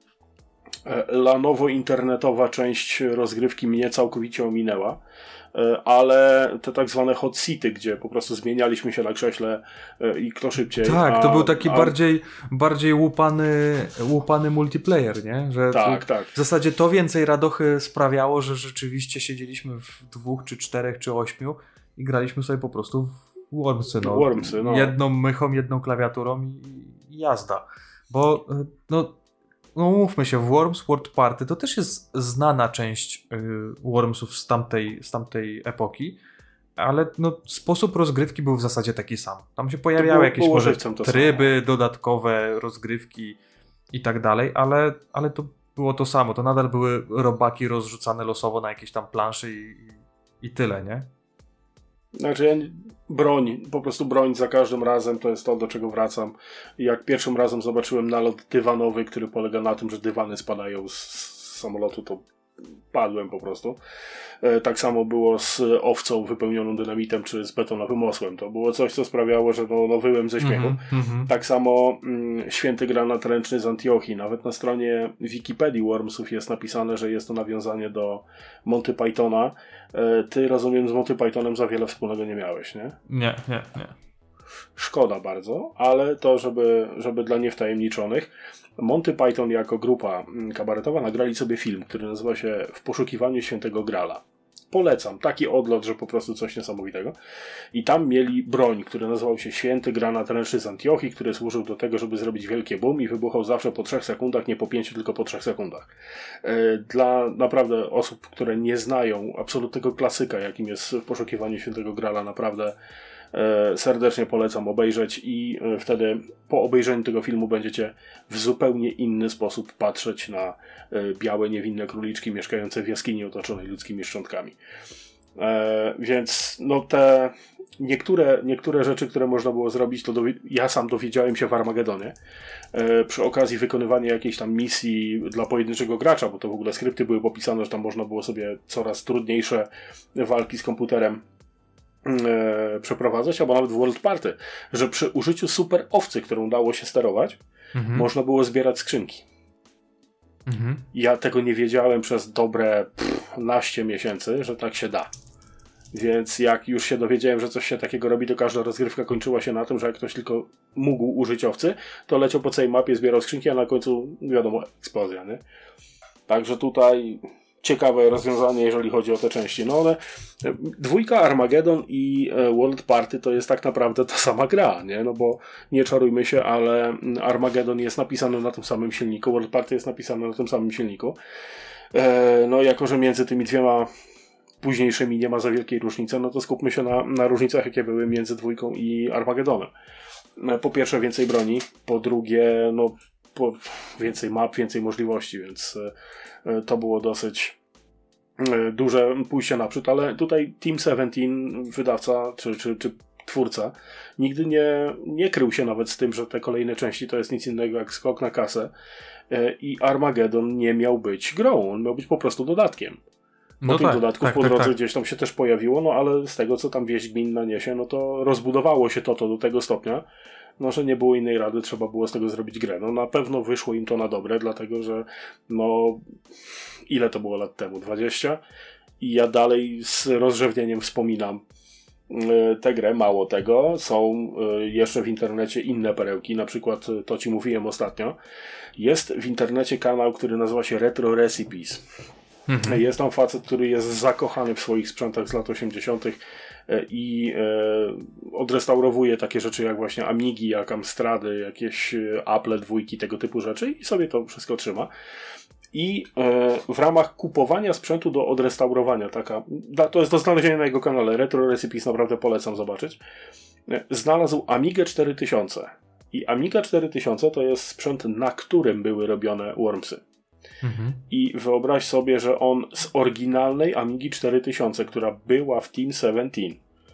lanowo-internetowa część rozgrywki mnie całkowicie ominęła, ale te tak zwane hot seaty, gdzie po prostu zmienialiśmy się na krześle i kto szybciej. Tak, a, to był taki a... bardziej, bardziej łupany, łupany multiplayer, nie? Że tak, tak. W zasadzie to więcej radochy sprawiało, że rzeczywiście siedzieliśmy w dwóch, czy czterech, czy ośmiu i graliśmy sobie po prostu w Wormsy. No. Wormsy, no. Jedną mychą, jedną klawiaturą i, i jazda. Bo no No mówmy się, Worms World Party to też jest znana część y, Wormsów z tamtej, z tamtej epoki, ale no, sposób rozgrywki był w zasadzie taki sam. Tam się pojawiały było, jakieś może tryby samo. dodatkowe, rozgrywki i tak dalej, ale, ale to było to samo. To nadal były robaki rozrzucane losowo na jakieś tam planszy i, i tyle, nie? Znaczy ja, broń, po prostu broń za każdym razem to jest to, do czego wracam. Jak pierwszym razem zobaczyłem nalot dywanowy, który polega na tym, że dywany spadają z, z samolotu, to padłem po prostu. E, tak samo było z owcą wypełnioną dynamitem, czy z betonowym osłem. To było coś, co sprawiało, że no, no wyłem ze śmiechu. Mm-hmm. Tak samo mm, święty granat ręczny z Antiochii. Nawet na stronie Wikipedii Wormsów jest napisane, że jest to nawiązanie do Monty Pythona. E, ty, rozumiem, z Monty Pythonem za wiele wspólnego nie miałeś, nie? Nie, nie, nie. Szkoda bardzo, ale to, żeby, żeby dla niewtajemniczonych, Monty Python jako grupa kabaretowa nagrali sobie film, który nazywa się W poszukiwaniu świętego Grala. Polecam. Taki odlot, że po prostu coś niesamowitego. I tam mieli broń, który nazywał się Święty Granat Ręczny z Antiochii, który służył do tego, żeby zrobić wielkie boom i wybuchał zawsze po trzech sekundach, nie po pięciu, tylko po trzech sekundach. Dla naprawdę osób, które nie znają absolutnego klasyka, jakim jest W poszukiwaniu świętego Grala, naprawdę serdecznie polecam obejrzeć i wtedy po obejrzeniu tego filmu będziecie w zupełnie inny sposób patrzeć na białe, niewinne króliczki mieszkające w jaskini otoczonej ludzkimi szczątkami. E, więc no te niektóre, niektóre rzeczy, które można było zrobić, to dowi- ja sam dowiedziałem się w Armagedonie e, przy okazji wykonywania jakiejś tam misji dla pojedynczego gracza, bo to w ogóle skrypty były popisane, że tam można było sobie coraz trudniejsze walki z komputerem E, przeprowadzać, albo nawet w World Party, że przy użyciu super owcy, którą dało się sterować, mhm. można było zbierać skrzynki. Mhm. Ja tego nie wiedziałem przez dobre pff, naście miesięcy, że tak się da. Więc jak już się dowiedziałem, że coś się takiego robi, to każda rozgrywka kończyła się na tym, że jak ktoś tylko mógł użyć owcy, to leciał po całej mapie, zbierał skrzynki, a na końcu, wiadomo, eksplozja, nie? Także tutaj ciekawe rozwiązanie, jeżeli chodzi o te części. No ale dwójka Armageddon i World Party to jest tak naprawdę ta sama gra, nie? No bo nie czarujmy się, ale Armageddon jest napisany na tym samym silniku, World Party jest napisany na tym samym silniku. No jako, że między tymi dwiema późniejszymi nie ma za wielkiej różnicy, no to skupmy się na, na różnicach, jakie były między dwójką i Armageddonem. Po pierwsze więcej broni, po drugie no po więcej map, więcej możliwości, więc to było dosyć duże pójście naprzód, ale tutaj Team siedemnaście, wydawca czy, czy, czy twórca, nigdy nie, nie krył się nawet z tym, że te kolejne części to jest nic innego jak skok na kasę i Armageddon nie miał być grą, on miał być po prostu dodatkiem. Po no tych tak, dodatków tak, po tak, drodze tak. gdzieś tam się też pojawiło, no ale z tego, co tam wieść gminna niesie, no to rozbudowało się to, to do tego stopnia, no że nie było innej rady, trzeba było z tego zrobić grę. No na pewno wyszło im to na dobre, dlatego że no ile to było lat temu? dwadzieścia? I ja dalej z rozrzewnieniem wspominam tę grę, mało tego, są jeszcze w internecie inne perełki, na przykład to ci mówiłem ostatnio, jest w internecie kanał, który nazywa się Retro Recipes. Mhm. Jest tam facet, który jest zakochany w swoich sprzętach z lat osiemdziesiątych i e, odrestaurowuje takie rzeczy jak właśnie Amigi, jak Amstrady, jakieś Apple dwójki, tego typu rzeczy i sobie to wszystko trzyma. I e, w ramach kupowania sprzętu do odrestaurowania, taka, da, to jest do znalezienia na jego kanale, Retro Recipes, naprawdę polecam zobaczyć. znalazł Amigę cztery tysiące. I Amiga cztery tysiące to jest sprzęt, na którym były robione Wormsy. Mhm. I wyobraź sobie, że on z oryginalnej Amigi cztery tysiące, która była w Team siedemnaście,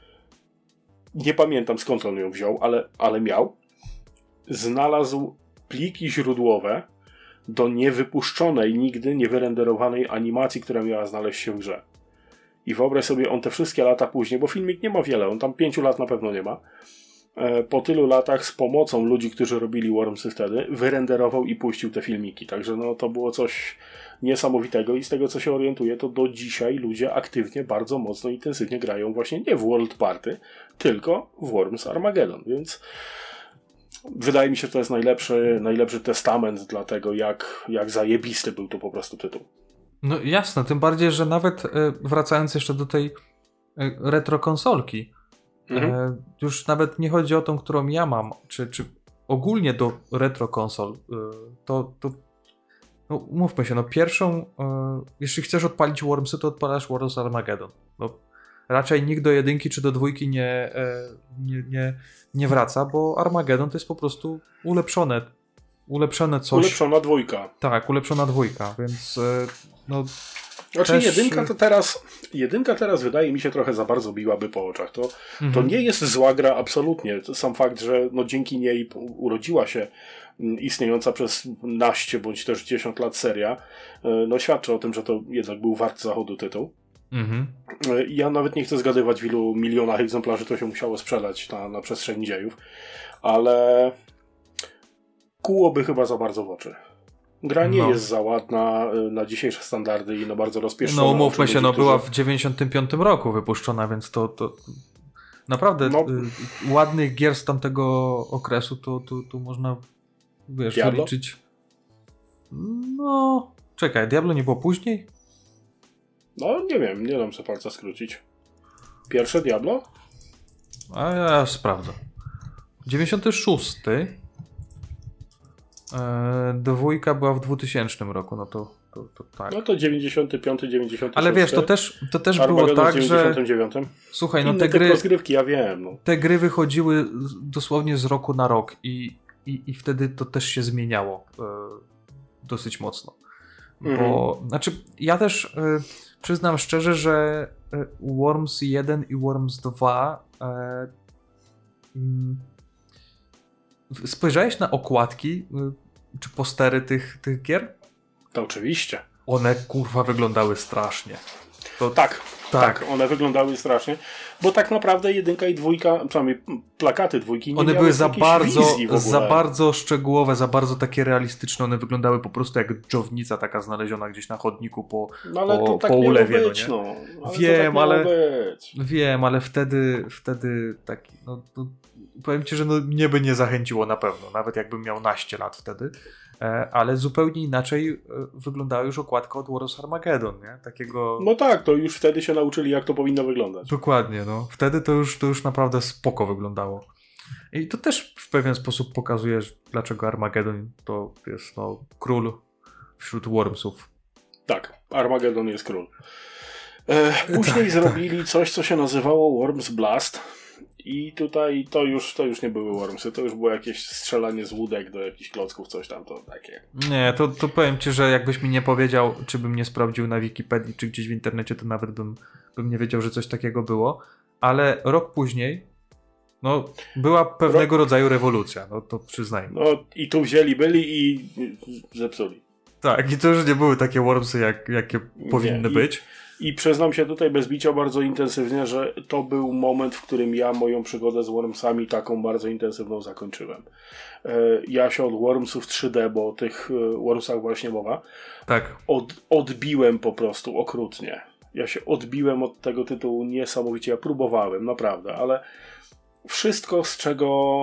nie pamiętam skąd on ją wziął, ale, ale miał, znalazł pliki źródłowe do niewypuszczonej, nigdy niewyrenderowanej animacji, która miała znaleźć się w grze. I wyobraź sobie, on te wszystkie lata później, bo filmik nie ma wiele, on tam pięciu lat na pewno nie ma, po tylu latach z pomocą ludzi, którzy robili Wormsy wtedy, wyrenderował i puścił te filmiki. Także no to było coś niesamowitego i z tego, co się orientuję, to do dzisiaj ludzie aktywnie, bardzo mocno, intensywnie grają właśnie nie w World Party, tylko w Worms Armageddon, więc wydaje mi się, że to jest najlepszy, najlepszy testament dla tego, jak, jak zajebisty był to po prostu tytuł. No jasne, tym bardziej, że nawet y, wracając jeszcze do tej y, retro konsolki, Mhm. y, już nawet nie chodzi o tą, którą ja mam, czy, czy ogólnie do retro konsol, y, to, to no, mówmy się, no pierwszą, y, jeśli chcesz odpalić Wormsy, to odpalasz Worms Armageddon. No, raczej nikt do jedynki czy do dwójki nie, y, nie, nie, nie wraca, bo Armageddon to jest po prostu ulepszone, ulepszone coś. Ulepszona dwójka. Tak, ulepszona dwójka, więc y, no Znaczy też... jedynka to teraz jedynka teraz wydaje mi się trochę za bardzo biłaby po oczach. To, Mhm. to nie jest zła gra absolutnie. To sam fakt, że no dzięki niej urodziła się istniejąca przez naście bądź też dziesięć lat seria, no świadczy o tym, że to jednak był wart zachodu tytuł. Mhm. Ja nawet nie chcę zgadywać, w ilu milionach egzemplarzy to się musiało sprzedać na, na przestrzeni dziejów, ale kłułoby chyba za bardzo w oczy. Gra nie No. jest za ładna na dzisiejsze standardy i na bardzo rozpieszczona. No umówmy oczy się, ludzi, no którzy- była w dziewięćdziesiątym piątym roku wypuszczona, więc to, to naprawdę No. y, ładnych gier z tamtego okresu to, to, to można, wiesz, Diablo? wyliczyć. No, czekaj, Diablo nie było później? No nie wiem, nie dam sobie palca skrócić. Pierwsze Diablo? A ja sprawdzę. dziewięćdziesiąty szósty. E, dwójka była w dwutysięcznym roku, no to, to, to tak. No to dziewięćdziesiąty piąty, dziewięćdziesiąty szósty. Ale wiesz, to też, to też było Armageddon tak, w że dziewięćdziesiątym dziewiątym. słuchaj, no Inny te typ gry, rozgrywki, ja wiem. No. te gry wychodziły z- dosłownie z roku na rok i, i, i wtedy to też się zmieniało e, dosyć mocno. Bo, znaczy, ja też e, przyznam szczerze, że e, Worms jeden i Worms dwa e, mm, spojrzałeś na okładki e, czy postery tych, tych gier? To oczywiście. One kurwa wyglądały strasznie. To, Tak, tak. tak, one wyglądały strasznie, bo tak naprawdę jedynka i dwójka, przynajmniej plakaty dwójki, nie One miały były za jakiejś bardzo, wizji w ogóle. za bardzo szczegółowe, za bardzo takie realistyczne. One wyglądały po prostu jak dżownica taka znaleziona gdzieś na chodniku po... No ale po- to tak po miało ulewie, no być, nie? no. Ale Wiem, to tak miało ale- być. Wiem, ale wtedy, wtedy taki, no, no powiem ci, że no, mnie by nie zachęciło na pewno, nawet jakbym miał naście lat wtedy, e, ale zupełnie inaczej e, wyglądała już okładka od Worms Armageddon, nie? Takiego... No tak, to już wtedy się nauczyli, jak to powinno wyglądać. Dokładnie, no. Wtedy to już, to już naprawdę spoko wyglądało. I to też w pewien sposób pokazuje, dlaczego Armageddon to jest no, król wśród Wormsów. Tak, Armageddon jest król. E, później tak, zrobili coś, co się nazywało Worms Blast. I tutaj to już, to już nie były Wormsy, to już było jakieś strzelanie z łódek do jakichś klocków, coś tam, to takie. Nie, to, to powiem ci, że jakbyś mi nie powiedział, czy bym nie sprawdził na Wikipedii, czy gdzieś w internecie, to nawet bym, bym nie wiedział, że coś takiego było. Ale rok później, no, była pewnego rodzaju rewolucja, no to przyznajmy. No i tu wzięli, byli i zepsuli. Tak, i to już nie były takie Wormsy, jak, jakie powinny i- być. I przyznam się tutaj bez bicia bardzo intensywnie, że to był moment, w którym ja moją przygodę z Wormsami taką bardzo intensywną zakończyłem. E, Ja się od Wormsów trzy D, bo o tych e, Wormsach właśnie mowa, Tak. od, odbiłem po prostu okrutnie. Ja się odbiłem od tego tytułu niesamowicie. Ja próbowałem, naprawdę, ale wszystko, z czego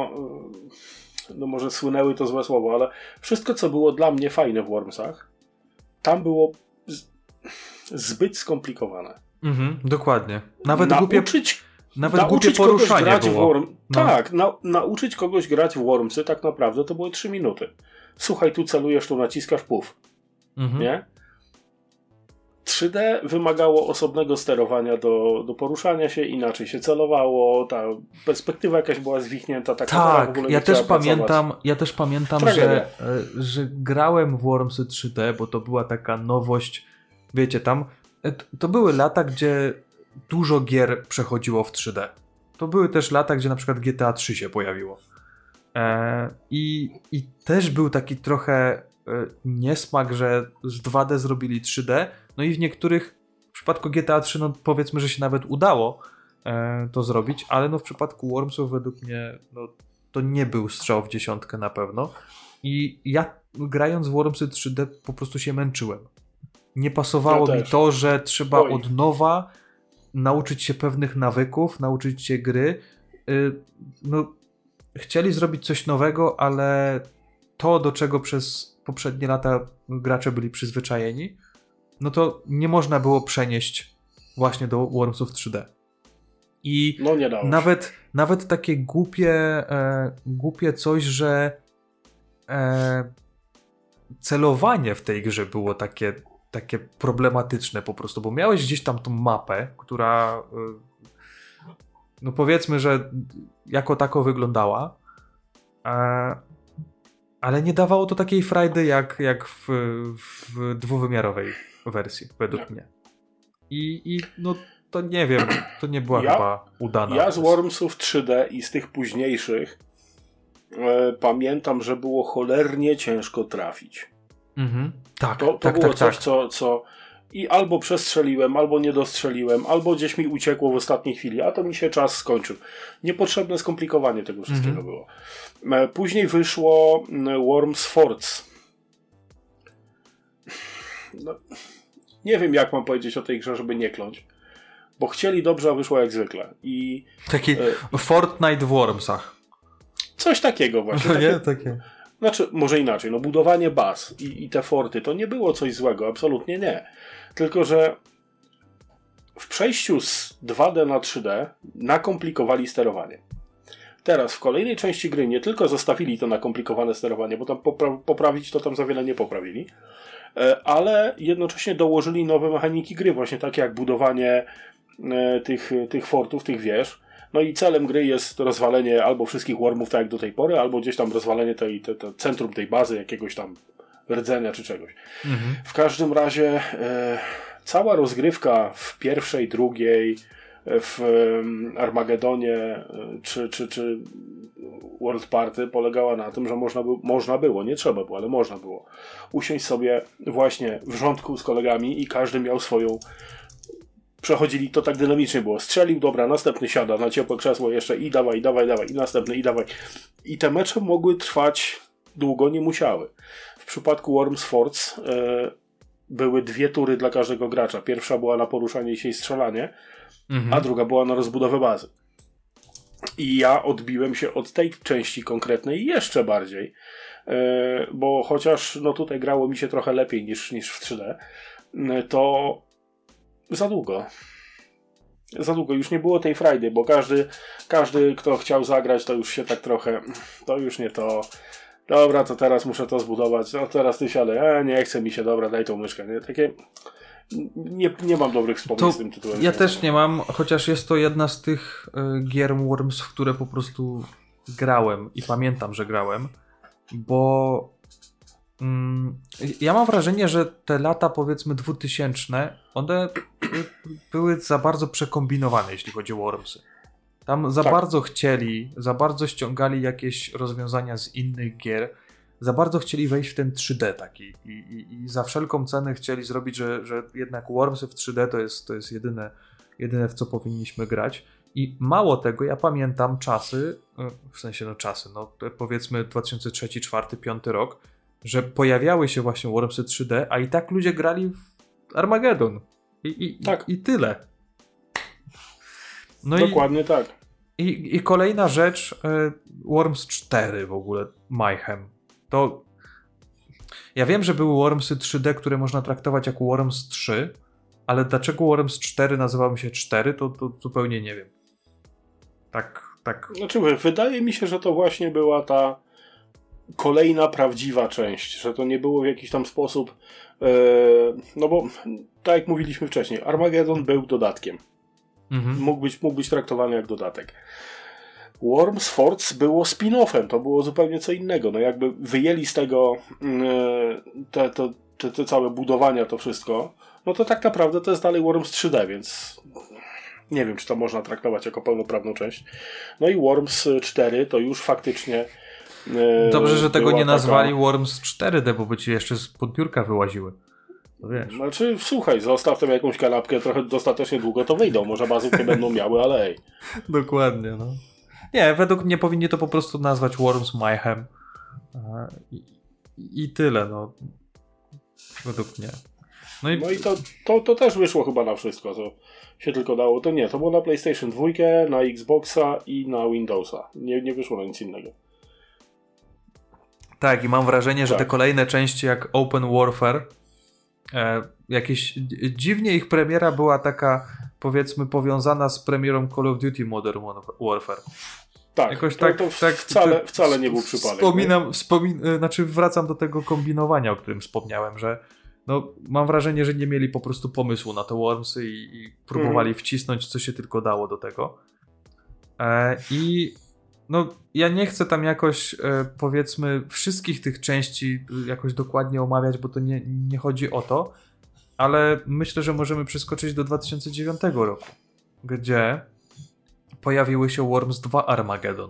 e, no może słynęły to złe słowo, ale wszystko, co było dla mnie fajne w Wormsach, tam było z, zbyt skomplikowane. Mhm, dokładnie. Nawet głupie, nauczyć, nawet głupie nauczyć kogoś poruszanie grać w było. Worm... No. Tak, na, nauczyć kogoś grać w Wormsy tak naprawdę to były trzy minuty. Słuchaj, tu celujesz, tu naciskasz, puf. Mhm. Nie? trzy D wymagało osobnego sterowania do, do poruszania się, inaczej się celowało, ta perspektywa jakaś była zwichnięta. Tak, tak w ogóle ja, nie też trzeba pamiętam, ja też pamiętam, że, że grałem w Wormsy trzy D, bo to była taka nowość, wiecie, tam to były lata, gdzie dużo gier przechodziło w trzy D. To były też lata, gdzie na przykład G T A trzy się pojawiło. E, i, I też był taki trochę e, niesmak, że z dwa D zrobili trzy D, no i w niektórych, w przypadku G T A trzy, no powiedzmy, że się nawet udało e, to zrobić, ale no w przypadku Wormsów według mnie no, to nie był strzał w dziesiątkę na pewno. I ja grając w Wormsy trzy D po prostu się męczyłem. Nie pasowało Ja mi też. to, że trzeba Oj. od nowa nauczyć się pewnych nawyków, nauczyć się gry. Yy, no, chcieli zrobić coś nowego, ale to, do czego przez poprzednie lata gracze byli przyzwyczajeni, no to nie można było przenieść właśnie do Wormsów trzy D. I No nie dało się. nawet, nawet takie głupie, e, głupie coś, że e, celowanie w tej grze było takie takie problematyczne po prostu, bo miałeś gdzieś tam tą mapę, która no powiedzmy, że jako tako wyglądała, ale nie dawało to takiej frajdy jak, jak w, w dwuwymiarowej wersji, według mnie. I, i no to nie wiem, to nie była Ja- chyba udana. Ja z Wormsów trzy D i z tych późniejszych e, pamiętam, że było cholernie ciężko trafić. Mhm. Tak, To, to tak, było tak, coś, tak. co, co i albo przestrzeliłem, albo nie dostrzeliłem, albo gdzieś mi uciekło w ostatniej chwili, a to mi się czas skończył. Niepotrzebne skomplikowanie tego wszystkiego Mhm. było. E, Później wyszło mm, Worms Force. No, nie wiem, jak mam powiedzieć o tej grze, żeby nie kląć, bo chcieli dobrze, a wyszło jak zwykle. I Taki e, Fortnite w Wormsach. coś takiego właśnie. No Takie, nie? Takie. Znaczy, może inaczej, no budowanie baz i, i te forty to nie było coś złego, absolutnie nie. Tylko, że w przejściu z dwa D na trzy D nakomplikowali sterowanie. Teraz w kolejnej części gry nie tylko zostawili to nakomplikowane sterowanie, bo tam popra- poprawić to tam za wiele nie poprawili, e, ale jednocześnie dołożyli nowe mechaniki gry, właśnie takie jak budowanie e, tych, tych fortów, tych wież. No i celem gry jest rozwalenie albo wszystkich wormów, tak jak do tej pory, albo gdzieś tam rozwalenie tej, te, te centrum tej bazy, jakiegoś tam rdzenia czy czegoś. Mhm. W każdym razie e, cała rozgrywka w pierwszej, drugiej, w e, Armagedonie e, czy, czy, czy World Party polegała na tym, że można, by, można było, nie trzeba było, ale można było usiąść sobie właśnie w rządku z kolegami i każdy miał swoją. Przechodzili to tak dynamicznie było. Strzelił, dobra, następny siada na ciepłe krzesło jeszcze i dawaj, dawaj, dawaj, i następny, i dawaj. I te mecze mogły trwać długo, nie musiały. W przypadku Worms Force e, były dwie tury dla każdego gracza. Pierwsza była na poruszanie się i strzelanie, Mhm. a druga była na rozbudowę bazy. I ja odbiłem się od tej części konkretnej jeszcze bardziej, e, bo chociaż no tutaj grało mi się trochę lepiej niż, niż w trzy D, e, to za długo. Za długo. Już nie było tej frajdy, bo każdy, każdy, kto chciał zagrać, to już się tak trochę, to już nie to. Dobra, to teraz muszę to zbudować. No teraz ty siadaj. E, nie chce mi się, dobra, daj tą myszkę. Nie? Takie nie, nie mam dobrych wspomnień To z tym tytułem. ja też nie mam, chociaż jest to jedna z tych y, gier Worms, w które po prostu grałem i pamiętam, że grałem, bo mm, ja mam wrażenie, że te lata powiedzmy dwutysięczne, one były za bardzo przekombinowane, jeśli chodzi o Wormsy. Tam za Tak. bardzo chcieli, za bardzo ściągali jakieś rozwiązania z innych gier, za bardzo chcieli wejść w ten trzy D taki i, i, i za wszelką cenę chcieli zrobić, że, że jednak Wormsy w trzy D to jest, to jest jedyne, jedyne, w co powinniśmy grać. I mało tego, ja pamiętam czasy, w sensie no czasy, no powiedzmy dwa tysiące trzeci, dwa tysiące czwarty, dwa tysiące piąty rok, że pojawiały się właśnie Wormsy trzy D, a i tak ludzie grali w Armageddon. I, i, Tak. i, i tyle. No Dokładnie tak. i, i, I kolejna rzecz, y, Worms cztery w ogóle, Mayhem. To ja wiem, że były Wormsy trzy D, które można traktować jako Worms trzy, ale dlaczego Worms cztery nazywały się cztery, to, to zupełnie nie wiem. Tak, tak. Znaczy, wydaje mi się, że to właśnie była ta kolejna prawdziwa część, że to nie było w jakiś tam sposób, e, no bo tak jak mówiliśmy wcześniej, Armageddon był dodatkiem. Mhm. Mógł być, mógł być traktowany jak dodatek. Worms Force było spin-offem, to było zupełnie co innego. No jakby wyjęli z tego e, te, te, te, te całe budowania, to wszystko, no to tak naprawdę to jest dalej Worms trzy D, więc nie wiem, czy to można traktować jako pełnoprawną część. No i Worms cztery to już faktycznie e, dobrze, że tego nie nazwali taka... Worms cztery D, bo by ci jeszcze z podbiórka wyłaziły. To wiesz. Znaczy, słuchaj, zostaw tam jakąś kanapkę trochę dostatecznie długo, to wyjdą. Może bazów nie będą miały, ale ej. Dokładnie, no. Nie, według mnie powinni to po prostu nazwać Worms Mayhem. I, i tyle, no. Według mnie. No i, no i to, to, to też wyszło chyba na wszystko, co się tylko dało. To nie, to było na PlayStation dwa, na Xboxa i na Windowsa. Nie, nie wyszło na nic innego. Tak, i mam wrażenie, że tak. te kolejne części jak Open Warfare, e, jakieś dziwnie ich premiera była taka, powiedzmy, powiązana z premierą Call of Duty Modern Warfare. Tak, jakoś to, tak, to tak wcale, to, wcale nie był przypadek. Wspominam, wspomin, znaczy wracam do tego kombinowania, o którym wspomniałem, że no, mam wrażenie, że nie mieli po prostu pomysłu na te Wormsy i, i próbowali mm. wcisnąć, co się tylko dało do tego. E, I no, ja nie chcę tam jakoś, e, powiedzmy, wszystkich tych części jakoś dokładnie omawiać, bo to nie, nie chodzi o to, ale myślę, że możemy przeskoczyć do dwa tysiące dziewiątego roku, gdzie pojawiły się Worms dwa Armageddon.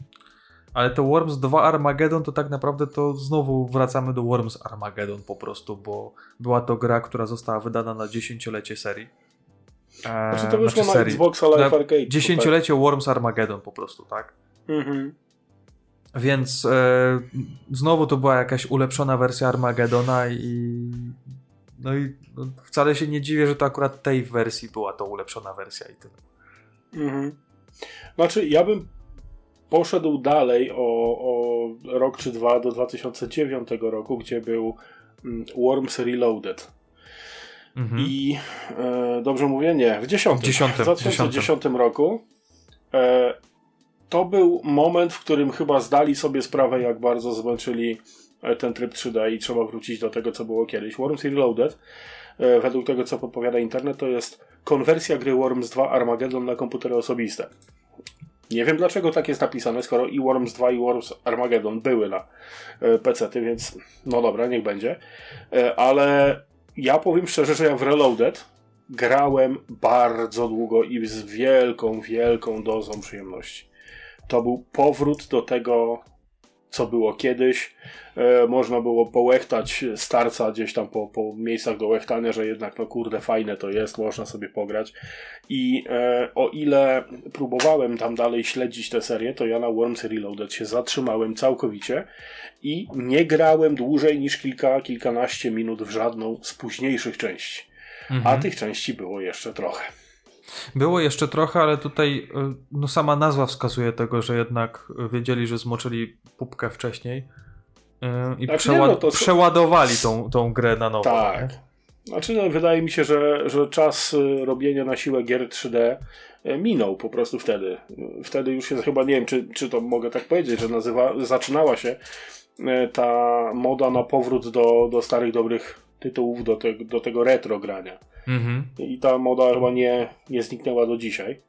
Ale to Worms dwa Armageddon to tak naprawdę to znowu wracamy do Worms Armageddon po prostu, bo była to gra, która została wydana na dziesięciolecie serii. Eee, znaczy to wyszło znaczy na Xbox Live Arcade. Dziesięciolecie tak? Worms Armageddon po prostu, tak? Mhm. Więc e, znowu to była jakaś ulepszona wersja Armageddona i no i no, wcale się nie dziwię, że to akurat tej wersji była to ulepszona wersja i tyle. Mhm. Znaczy ja bym poszedł dalej o, o rok czy dwa do dwa tysiące dziewiątego roku, gdzie był Worms Reloaded. Mhm. I e, dobrze mówię? Nie, w dziesiątym. dziesiątym, w dwa tysiące dziesiątym roku e, to był moment, w którym chyba zdali sobie sprawę, jak bardzo zmęczyli ten tryb trzy D i trzeba wrócić do tego, co było kiedyś. Worms Reloaded, e, według tego, co podpowiada internet, to jest konwersja gry Worms dwa Armageddon na komputery osobiste. Nie wiem, dlaczego tak jest napisane, skoro i Worms dwa i Worms Armageddon były na e, pecety, więc no dobra, niech będzie. E, ale ja powiem szczerze, że ja w Reloaded grałem bardzo długo i z wielką, wielką dozą przyjemności. To był powrót do tego, co było kiedyś. E, można było połechtać starca gdzieś tam po, po miejscach do łechtania, że jednak no kurde fajne to jest, można sobie pograć. I e, o ile próbowałem tam dalej śledzić tę serię, to ja na Worms Reloaded się zatrzymałem całkowicie i nie grałem dłużej niż kilka, kilkanaście minut w żadną z późniejszych części. Mhm. A tych części było jeszcze trochę. Było jeszcze trochę, ale tutaj no sama nazwa wskazuje tego, że jednak wiedzieli, że zmoczyli pupkę wcześniej yy, i znaczy, przeład- nie, no to... przeładowali tą, tą grę na nowo. Tak. Nie? Znaczy no, wydaje mi się, że, że czas robienia na siłę gier trzy D minął po prostu wtedy. Wtedy już się chyba, nie wiem, czy, czy to mogę tak powiedzieć, że nazywa, zaczynała się ta moda na powrót do, do starych, dobrych tytułów, do, te, do tego retro grania. Mhm. I ta moda chyba nie, nie zniknęła do dzisiaj.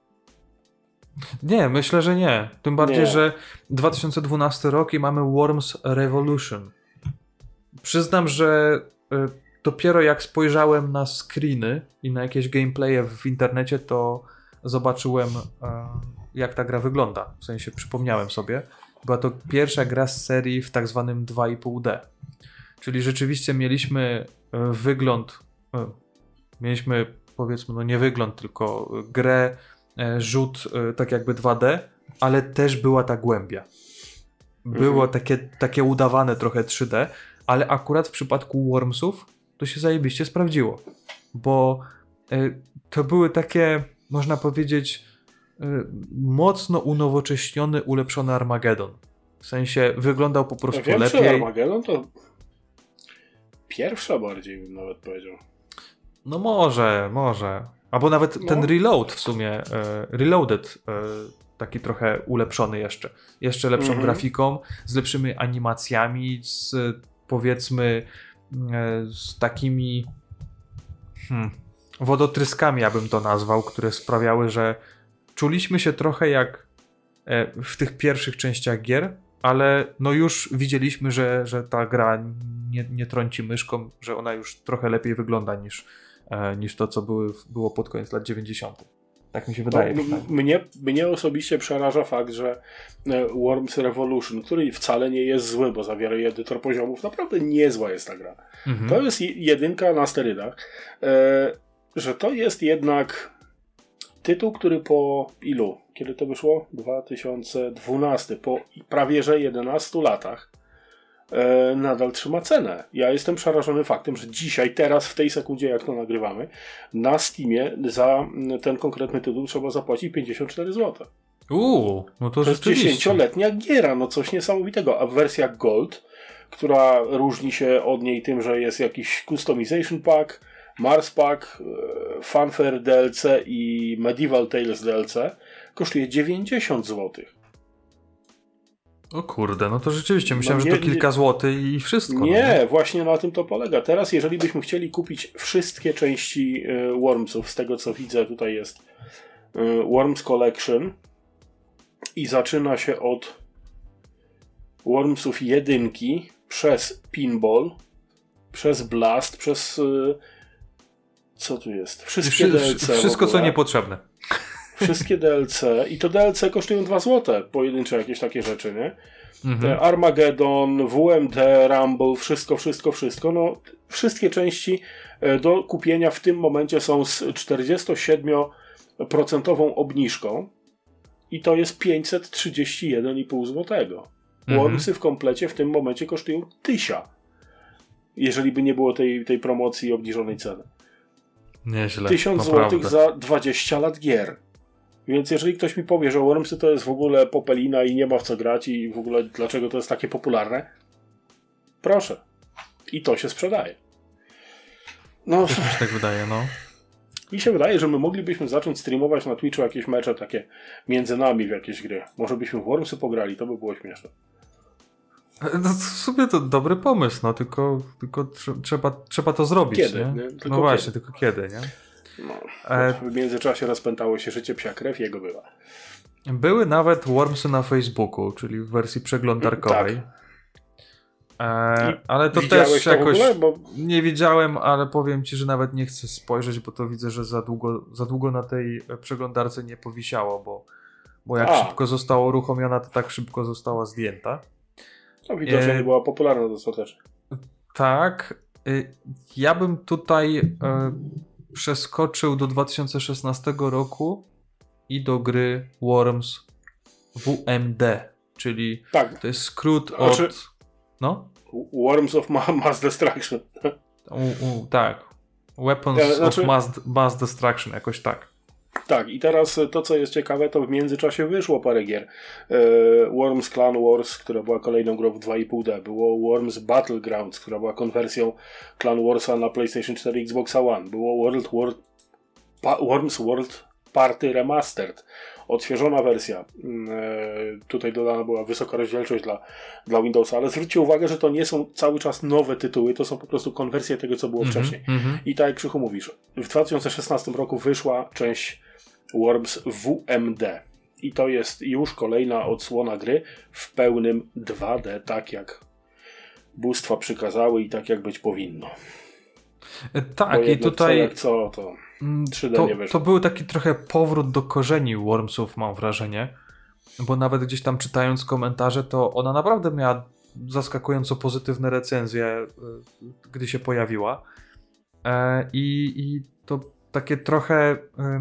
Nie, myślę, że nie. Tym bardziej, nie. że dwa tysiące dwunasty rok i mamy Worms Revolution. Przyznam, że y, dopiero jak spojrzałem na screeny i na jakieś gameplaye w internecie, to zobaczyłem y, jak ta gra wygląda. W sensie przypomniałem sobie. Była to pierwsza gra z serii w tak zwanym dwa i pół D. Czyli rzeczywiście mieliśmy y, wygląd... Y, Mieliśmy, powiedzmy, no nie wygląd, tylko grę, rzut tak jakby dwa D, ale też była ta głębia. Było mhm. takie, takie udawane trochę trzy D, ale akurat w przypadku Wormsów to się zajebiście sprawdziło. Bo y, to były takie, można powiedzieć, y, mocno unowocześniony, ulepszony Armageddon. W sensie wyglądał po prostu Wiem, lepiej. Czy Armageddon to pierwsza bardziej bym nawet powiedział. No może, może. Albo nawet no. ten Reload w sumie, e, Reloaded, e, taki trochę ulepszony jeszcze. Jeszcze lepszą Mhm. grafiką, z lepszymi animacjami, z powiedzmy e, z takimi hmm, wodotryskami, ja bym to nazwał, które sprawiały, że czuliśmy się trochę jak e, w tych pierwszych częściach gier, ale no już widzieliśmy, że, że ta gra nie, nie trąci myszką, że ona już trochę lepiej wygląda niż, e, niż to, co były, było pod koniec lat dziewięćdziesiątych. Tak mi się wydaje. No, m- mnie, mnie osobiście przeraża fakt, że e, Worms Revolution, który wcale nie jest zły, bo zawiera edytor poziomów, naprawdę niezła jest ta gra. Mhm. To jest je- jedynka na sterydach, e, że to jest jednak tytuł, który po ilu? Kiedy to wyszło? dwa tysiące dwunasty. Po prawie że jedenastu latach e, nadal trzyma cenę. Ja jestem przerażony faktem, że dzisiaj, teraz, w tej sekundzie, jak to nagrywamy, na Steamie za ten konkretny tytuł trzeba zapłacić pięćdziesiąt cztery złote. Uuu, no to, To jest rzeczywiście. dziesięcioletnia giera, no coś niesamowitego. A wersja Gold, która różni się od niej tym, że jest jakiś Customization Pack, Mars Pack, e, Fanfare D L C i Medieval Tales D L C, kosztuje dziewięćdziesiąt złotych. O kurde, no to rzeczywiście, myślałem, No że nie- to kilka nie- złotych i wszystko. Nie, No, właśnie na tym to polega. Teraz, jeżeli byśmy chcieli kupić wszystkie części e, Wormsów, z tego co widzę, tutaj jest e, Worms Collection i zaczyna się od Wormsów jedynki przez Pinball, przez Blast, przez e, co tu jest? Wszystkie Wszy- D L C. w wszystko, co ogóle. niepotrzebne. Wszystkie D L C i to D L C kosztują dwa złote, pojedyncze jakieś takie rzeczy, nie? Mhm. Armageddon, W M D, Rumble, wszystko, wszystko, wszystko. No, wszystkie części e, do kupienia w tym momencie są z czterdziestosiedmioprocentową obniżką i to jest pięćset trzydzieści jeden i pół złotego. Mhm. Wormsy w komplecie w tym momencie kosztują tysia, jeżeli by nie było tej, tej promocji i obniżonej ceny. Nieźle, tysiąc naprawdę. złotych za dwadzieścia lat gier. Więc jeżeli ktoś mi powie, że Wormsy to jest w ogóle popelina i nie ma w co grać i w ogóle dlaczego to jest takie popularne, proszę. I to się sprzedaje. No, Też mi się tak wydaje, no. mi się wydaje, że my moglibyśmy zacząć streamować na Twitchu jakieś mecze takie między nami w jakieś gry. Może byśmy w Wormsy pograli, to by było śmieszne. No, w sumie to dobry pomysł, no, tylko, tylko trze- trzeba, trzeba to zrobić, Kiedy, nie? nie? Tylko No właśnie, kiedy. tylko kiedy, nie? No. E, W międzyczasie rozpętało się życie psia krew, jego bywa. Były nawet Wormsy na Facebooku, czyli w wersji przeglądarkowej. Tak. E, ale to Widziałeś też to w jakoś ogóle? Bo nie widziałem, ale powiem ci, że nawet nie chcę spojrzeć, bo to widzę, że za długo, za długo na tej przeglądarce nie powisiało, bo, bo jak A. szybko została uruchomiona, to tak szybko została zdjęta. to widocznie E, nie była popularna dostatecznie. Tak, y, ja bym tutaj y, przeskoczył do dwa tysiące szesnastego roku i do gry Worms W M D, czyli Tak, to jest skrót Znaczy- od... No? Worms of Ma- Mass Destruction. U, u, tak. Weapons Ja, znaczy- of mass, mass Destruction, jakoś tak. Tak, i teraz to, co jest ciekawe, to w międzyczasie wyszło parę gier. E, Worms Clan Wars, która była kolejną grą w dwa i pół D. Było Worms Battlegrounds, która była konwersją Clan Warsa na PlayStation cztery i Xbox One. Było World War... Pa- Worms World Party Remastered. Odświeżona wersja. E, tutaj dodana była wysoka rozdzielczość dla, dla Windowsa, ale zwróćcie uwagę, że to nie są cały czas nowe tytuły, to są po prostu konwersje tego, co było Mhm, wcześniej. mhm. I tak jak Krzychu mówisz, w dwa tysiące szesnastym roku wyszła część Worms W M D. I to jest już kolejna odsłona gry w pełnym dwa D, tak jak bóstwa przykazały i tak jak być powinno. E, Bo Tak, i jednak co tutaj jak co, to mm, trzy D to, nie wyszło. to był taki trochę powrót do korzeni Wormsów, mam wrażenie, bo nawet gdzieś tam czytając komentarze, to ona naprawdę miała zaskakująco pozytywne recenzje, e, gdy się pojawiła. E, I, i to takie trochę e,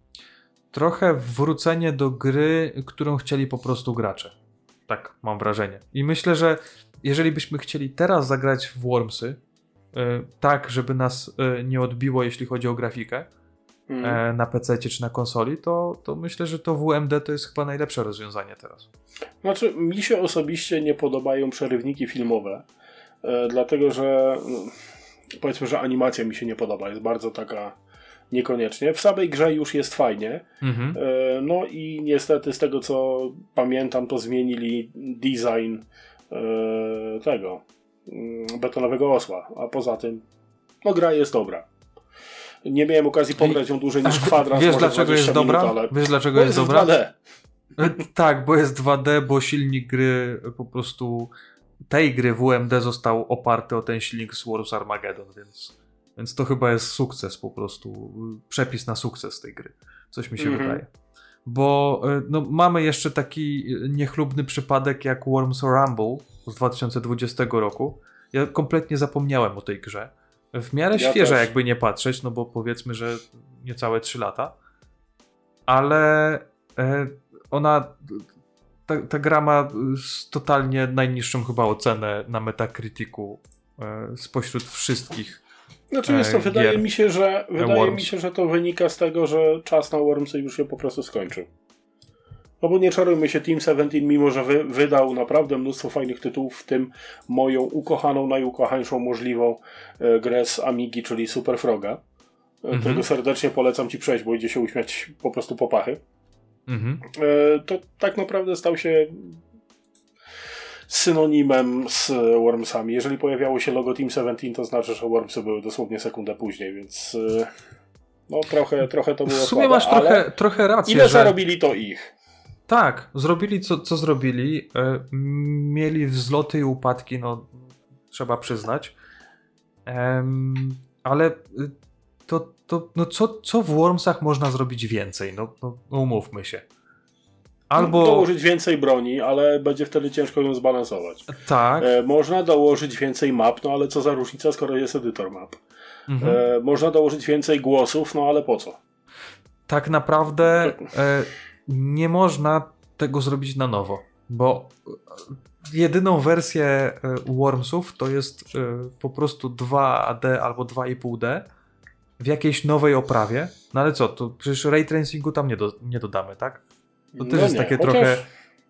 trochę wrócenie do gry, którą chcieli po prostu gracze. Tak mam wrażenie. I myślę, że jeżeli byśmy chcieli teraz zagrać w Wormsy, e, tak, żeby nas e, nie odbiło, jeśli chodzi o grafikę, Mhm. e, na pececie czy na konsoli, to, to myślę, że to W M D to jest chyba najlepsze rozwiązanie teraz. Znaczy, mi się osobiście nie podobają przerywniki filmowe, e, dlatego że no, powiedzmy, że animacja mi się nie podoba. Jest bardzo taka niekoniecznie. W samej grze już jest fajnie. Mhm. E, no i niestety z tego co pamiętam, to zmienili design e, tego mm, betonowego osła, a poza tym no gra jest dobra. Nie miałem okazji pograć ją dłużej niż kwadrans. Wiesz może dlaczego jest dwadzieścia dobra? minut, ale... Wiesz dlaczego Bo jest jest dobra? dwa D. Tak, bo jest dwa D, bo silnik gry po prostu tej gry W M D został oparty o ten silnik z Wars Armageddon, więc, więc to chyba jest sukces po prostu, przepis na sukces tej gry. Coś mi się Mhm. wydaje. Bo no, mamy jeszcze taki niechlubny przypadek jak Worms Rumble z dwa tysiące dwudziestego roku. Ja kompletnie zapomniałem o tej grze. W miarę Ja świeża, też. jakby nie patrzeć, no bo powiedzmy, że niecałe trzy lata. Ale e, ona, ta, ta gra ma s- totalnie najniższą chyba ocenę na Metacriticu e, spośród wszystkich. Znaczy jest to, E, wydaje gier. mi się, że wydaje Worms. mi się, że to wynika z tego, że czas na Wormsy już się po prostu skończył. No bo nie czarujmy się, Team siedemnaście, mimo że wy, wydał naprawdę mnóstwo fajnych tytułów, w tym moją ukochaną, najukochańszą możliwą e, grę z Amigi, czyli Super Froga, e, Mhm. którego serdecznie polecam ci przejść, bo idzie się uśmiać po prostu po pachy. Mhm. E, to tak naprawdę stał się synonimem z Wormsami. Jeżeli pojawiało się logo Team siedemnaście, to znaczy, że Wormsy były dosłownie sekundę później, więc e, no trochę, trochę to W było sumie słabe, masz ale trochę, trochę rację, ile że... zarobili, to ich. Tak, zrobili co, co zrobili. E, mieli wzloty i upadki, no trzeba przyznać. Em, ale y, to, to no co, co w Wormsach można zrobić więcej? No, no, no umówmy się. Albo Dołożyć więcej broni, ale będzie wtedy ciężko ją zbalansować. tak. E, można dołożyć więcej map, no ale co za różnica, skoro jest edytor map. Mhm. E, można dołożyć więcej głosów, no ale po co? Tak naprawdę e, nie można tego zrobić na nowo, bo jedyną wersję e, Wormsów to jest e, po prostu dwa D albo dwa i pół D w jakiejś nowej oprawie. No ale co, to przecież ray tracingu tam nie, do, nie dodamy, tak? To też No jest nie, takie chociaż- trochę...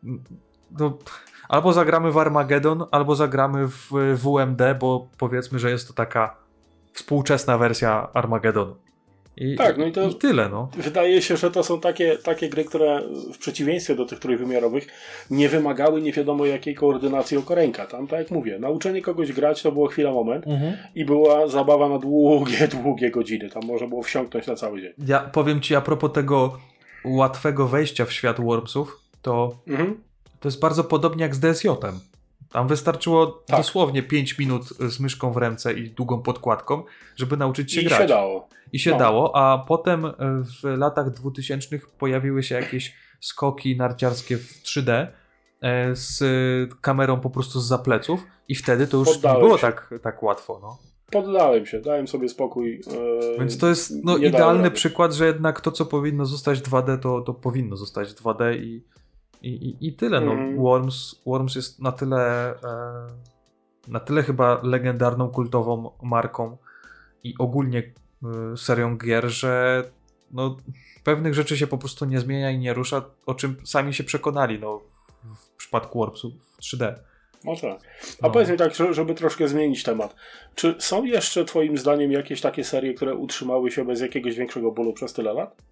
No, albo zagramy w Armageddon, albo zagramy w W M D, bo powiedzmy, że jest to taka współczesna wersja Armageddonu. I, Tak, no i to- i tyle, no. Wydaje się, że to są takie, takie gry, które w przeciwieństwie do tych trójwymiarowych nie wymagały nie wiadomo jakiej koordynacji okoręka. Tam, tak jak mówię, nauczenie kogoś grać to było chwila, moment i była zabawa na długie, długie godziny. Tam można było wsiąknąć na cały dzień. Ja powiem ci a propos tego łatwego wejścia w świat Wormsów, to Mhm. to jest bardzo podobnie jak z D S J-em. Tam wystarczyło Tak. dosłownie pięć minut z myszką w ręce i długą podkładką, żeby nauczyć się I grać. się dało. I się No. dało, a potem w latach dwutysięcznych pojawiły się jakieś skoki narciarskie w trzy D e, z kamerą po prostu zza pleców i wtedy to już Poddałem nie było się. tak, tak łatwo. No. Poddałem się, dałem sobie spokój. e, Więc to jest no, nie dałem idealny rady. przykład, że jednak to, co powinno zostać dwa D, to, to powinno zostać dwa D i, i, i, i tyle. No. Mhm. Worms, Worms jest na tyle, e, na tyle chyba legendarną, kultową marką i ogólnie e, serią gier, że no, pewnych rzeczy się po prostu nie zmienia i nie rusza, o czym sami się przekonali no, w, w przypadku Wormsów w trzy D. Może. A No. powiedz mi tak, że- żeby troszkę zmienić temat. Czy są jeszcze twoim zdaniem jakieś takie serie, które utrzymały się bez jakiegoś większego bólu przez tyle lat?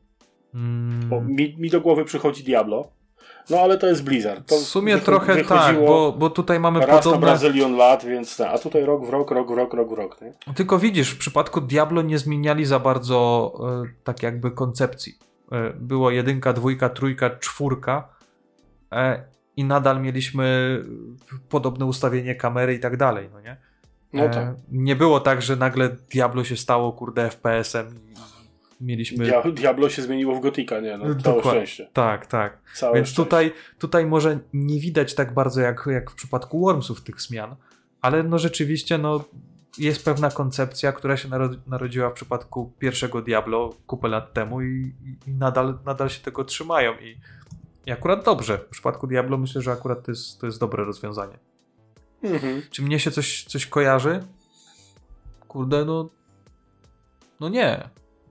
Mm. Bo mi, mi do głowy przychodzi Diablo. No ale to jest Blizzard. To W sumie wycho- trochę tak, wychodziło bo, bo tutaj mamy raz na podobne... brazylion lat, więc te, a tutaj rok w rok, rok w rok, rok w rok. Nie? Tylko widzisz, w przypadku Diablo nie zmieniali za bardzo e, tak jakby koncepcji. E, było jedynka, dwójka, trójka, czwórka e, i nadal mieliśmy podobne ustawienie kamery i tak dalej, no nie? No E, tak. nie było tak, że nagle Diablo się stało, kurde, F P S-em i mieliśmy... Dia- Diablo się zmieniło w Gotika, nie? No, całe Dokładnie. szczęście. Tak, tak. Całe Więc szczęście. tutaj, tutaj może nie widać tak bardzo jak, jak w przypadku Wormsów tych zmian, ale no rzeczywiście no, jest pewna koncepcja, która się naro- narodziła w przypadku pierwszego Diablo kupę lat temu i, i, i nadal, nadal się tego trzymają i, i akurat dobrze. W przypadku Diablo myślę, że akurat to jest, to jest dobre rozwiązanie. Mhm. Czy mnie się coś, coś kojarzy? Kurde, no no nie.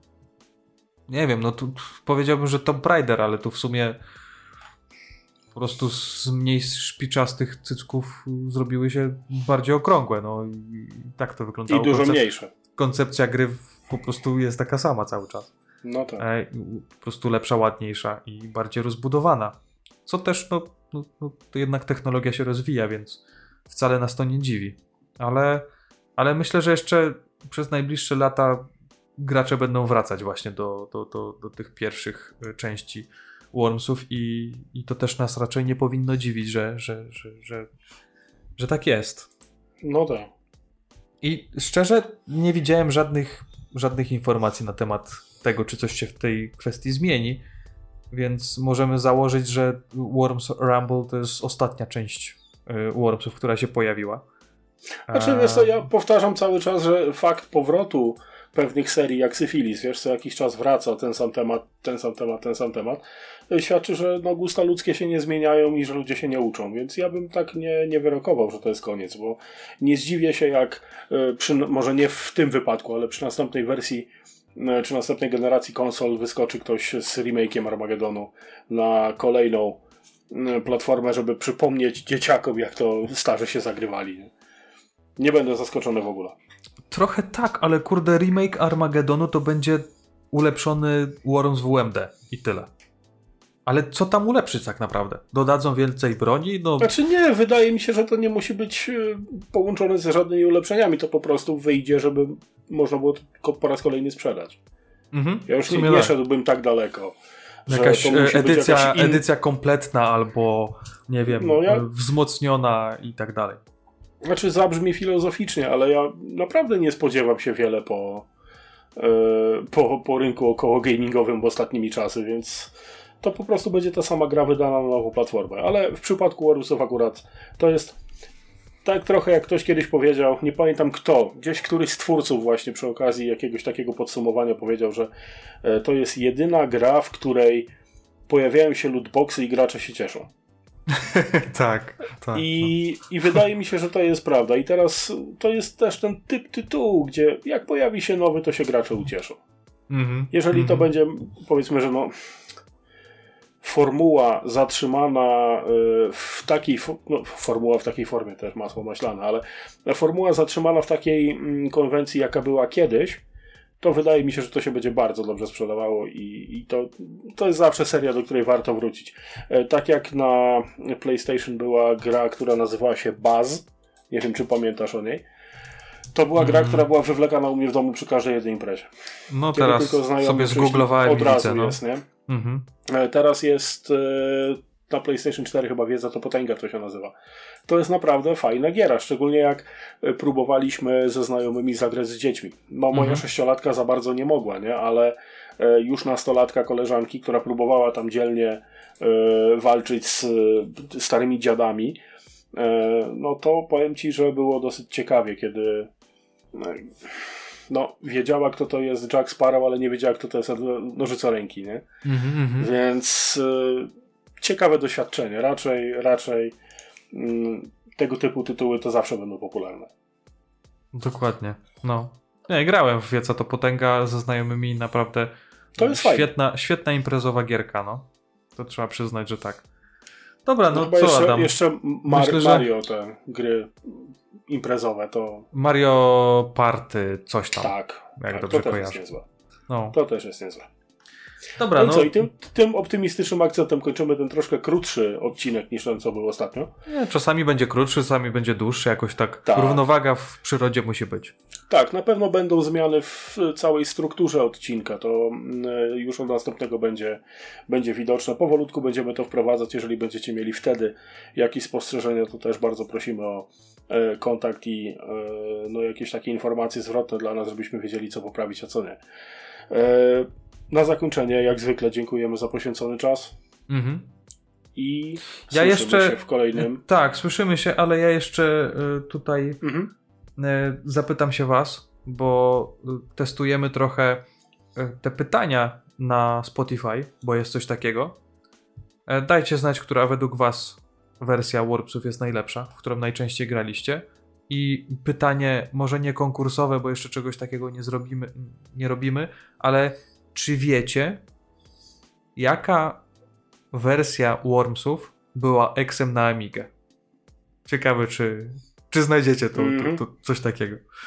Nie wiem, no tu powiedziałbym, że Tomb Raider, ale tu w sumie po prostu z mniej szpiczastych cycków zrobiły się bardziej okrągłe, no i, i tak to wyglądało. I dużo Koncep- mniejsze. Koncepcja gry w, po prostu jest taka sama cały czas. No tak. E, po prostu lepsza, ładniejsza i bardziej rozbudowana. Co też, no, no, no to jednak technologia się rozwija, więc wcale nas to nie dziwi. Ale, ale myślę, że jeszcze przez najbliższe lata gracze będą wracać właśnie do, do, do, do tych pierwszych części Wormsów i, i to też nas raczej nie powinno dziwić, że, że, że, że, że tak jest. No tak. I szczerze nie widziałem żadnych, żadnych informacji na temat tego, czy coś się w tej kwestii zmieni, więc możemy założyć, że Worms Rumble to jest ostatnia część y, Wormsów, która się pojawiła. Znaczy, wiesz co, ja powtarzam cały czas, że fakt powrotu pewnych serii jak Syfilis, wiesz, co jakiś czas wraca ten sam temat, ten sam temat, ten sam temat, świadczy, że no, gusta ludzkie się nie zmieniają i że ludzie się nie uczą, więc ja bym tak nie, nie wyrokował, że to jest koniec, bo nie zdziwię się jak, przy, może nie w tym wypadku, ale przy następnej wersji czy następnej generacji konsol wyskoczy ktoś z remake'iem Armagedonu na kolejną platformę, żeby przypomnieć dzieciakom, jak to starzy się zagrywali. Nie będę zaskoczony w ogóle. Trochę tak, ale kurde, remake Armagedonu to będzie ulepszony Worms w U M D i tyle. Ale co tam ulepszyć tak naprawdę? Dodadzą więcej broni? No... Znaczy nie, wydaje mi się, że to nie musi być połączone z żadnymi ulepszeniami. To po prostu wyjdzie, żeby można było to po raz kolejny sprzedać. Mhm, ja już nie, nie szedłbym tak daleko. Jakaś edycja, jakaś in... edycja kompletna albo nie wiem, no ja... wzmocniona i tak dalej. Znaczy zabrzmi filozoficznie, ale ja naprawdę nie spodziewam się wiele po, yy, po, po rynku około gamingowym w ostatnimi czasy, więc to po prostu będzie ta sama gra wydana na nową platformę. Ale w przypadku Wormsów akurat to jest tak trochę jak ktoś kiedyś powiedział, nie pamiętam kto, gdzieś któryś z twórców właśnie przy okazji jakiegoś takiego podsumowania powiedział, że yy, to jest jedyna gra, w której pojawiają się lootboxy i gracze się cieszą. tak, tak. I, I wydaje mi się, że to jest prawda. I teraz to jest też ten typ tytułu, gdzie jak pojawi się nowy, to się gracze ucieszą. Mm-hmm, Jeżeli mm-hmm. to będzie, powiedzmy, że no formuła zatrzymana w takiej, no, formuła w takiej formie też masło maślane, ale formuła zatrzymana w takiej konwencji, jaka była kiedyś, to wydaje mi się, że to się będzie bardzo dobrze sprzedawało i, i to, to jest zawsze seria, do której warto wrócić. E, tak jak na PlayStation była gra, która nazywała się Buzz, nie wiem, czy pamiętasz o niej, to była gra, mm. która była wywlekana u mnie w domu przy każdej jednej imprezie. No Kiedy teraz sobie zgooglowałem od razu widzę, no. jest, nie? Mm-hmm. E, teraz jest e, na PlayStation cztery chyba wiedza, to potęga to się nazywa. To jest naprawdę fajna giera, szczególnie jak próbowaliśmy ze znajomymi zagrać z dziećmi. No moja mhm. sześciolatka za bardzo nie mogła, nie? Ale już nastolatka koleżanki, która próbowała tam dzielnie e, walczyć z starymi dziadami, e, no to powiem ci, że było dosyć ciekawie, kiedy no, wiedziała, kto to jest Jack Sparrow, ale nie wiedziała, kto to jest Nożycoręki, nie? Mhm, Więc e, ciekawe doświadczenie. Raczej, raczej tego typu tytuły to zawsze będą popularne. Dokładnie. No. Nie, grałem w Wieca to Potęga ze znajomymi, naprawdę to jest świetna, świetna imprezowa gierka, no. To trzeba przyznać, że tak. Dobra, no, no co jeszcze, Adam? Jeszcze Mar- Myślę, że... Mario, te gry imprezowe, to... Mario Party, coś tam. Tak, jak tak dobrze to kojarzę. też jest niezłe. No. To też jest niezłe. Dobra, no, no co, i tym, tym optymistycznym akcentem kończymy ten troszkę krótszy odcinek niż ten, co był ostatnio. Nie, czasami będzie krótszy, czasami będzie dłuższy, jakoś tak, tak równowaga w przyrodzie musi być. Tak, na pewno będą zmiany w całej strukturze odcinka, to już od następnego będzie, będzie widoczne. Powolutku będziemy to wprowadzać, jeżeli będziecie mieli wtedy jakieś spostrzeżenia, to też bardzo prosimy o e, kontakt i e, no, jakieś takie informacje zwrotne dla nas, żebyśmy wiedzieli, co poprawić, a co nie. E, Na zakończenie, jak zwykle, dziękujemy za poświęcony czas. Mhm. I ja słyszymy jeszcze, się w kolejnym. Tak, słyszymy się, ale ja jeszcze tutaj mhm. zapytam się was, bo testujemy trochę te pytania na Spotify, bo jest coś takiego. Dajcie znać, która według was wersja Wormsów jest najlepsza, w którą najczęściej graliście. I pytanie, może nie konkursowe, bo jeszcze czegoś takiego nie zrobimy, nie robimy, ale czy wiecie, jaka wersja Wormsów była eksem na Amigę? Ciekawe, czy, czy znajdziecie to, mm-hmm. to, to coś takiego.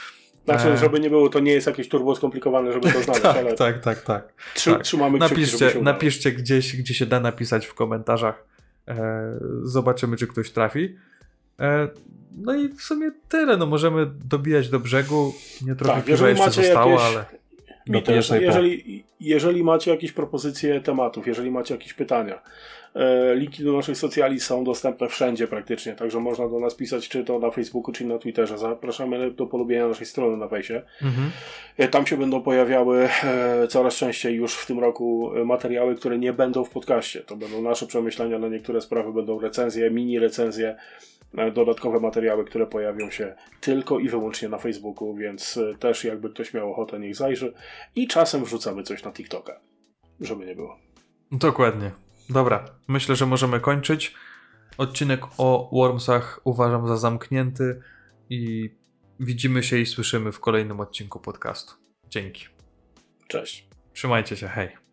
Znaczy, E... żeby nie było, to nie jest jakieś turbo skomplikowane, żeby to znaleźć, tak, ale tak, tak, tak. trzy, tak. trzymamy kciuki, Napiszcie, żeby się udało. napiszcie gdzieś, gdzie się da napisać w komentarzach. E, zobaczymy, czy ktoś trafi. E, no i w sumie tyle. No możemy dobijać do brzegu. Nie trochę Tak, piwa jeżeli jeszcze macie zostało, jakieś... ale Mi dopiję też, sobie po. jeżeli, jeżeli macie jakieś propozycje tematów, jeżeli macie jakieś pytania, e, linki do naszych socjali są dostępne wszędzie praktycznie, także można do nas pisać, czy to na Facebooku, czy na Twitterze. Zapraszamy do polubienia naszej strony na fejsie. Mhm. E, tam się będą pojawiały e, coraz częściej już w tym roku e, materiały, które nie będą w podcaście. To będą nasze przemyślenia na niektóre sprawy, będą recenzje, mini recenzje, e, dodatkowe materiały, które pojawią się tylko i wyłącznie na Facebooku, więc e, też jakby ktoś miał ochotę, niech zajrzy. I czasem wrzucamy coś na TikToka, żeby nie było. Dokładnie. Dobra, myślę, że możemy kończyć. Odcinek o Wormsach uważam za zamknięty i widzimy się i słyszymy w kolejnym odcinku podcastu. Dzięki. Cześć. Trzymajcie się, hej.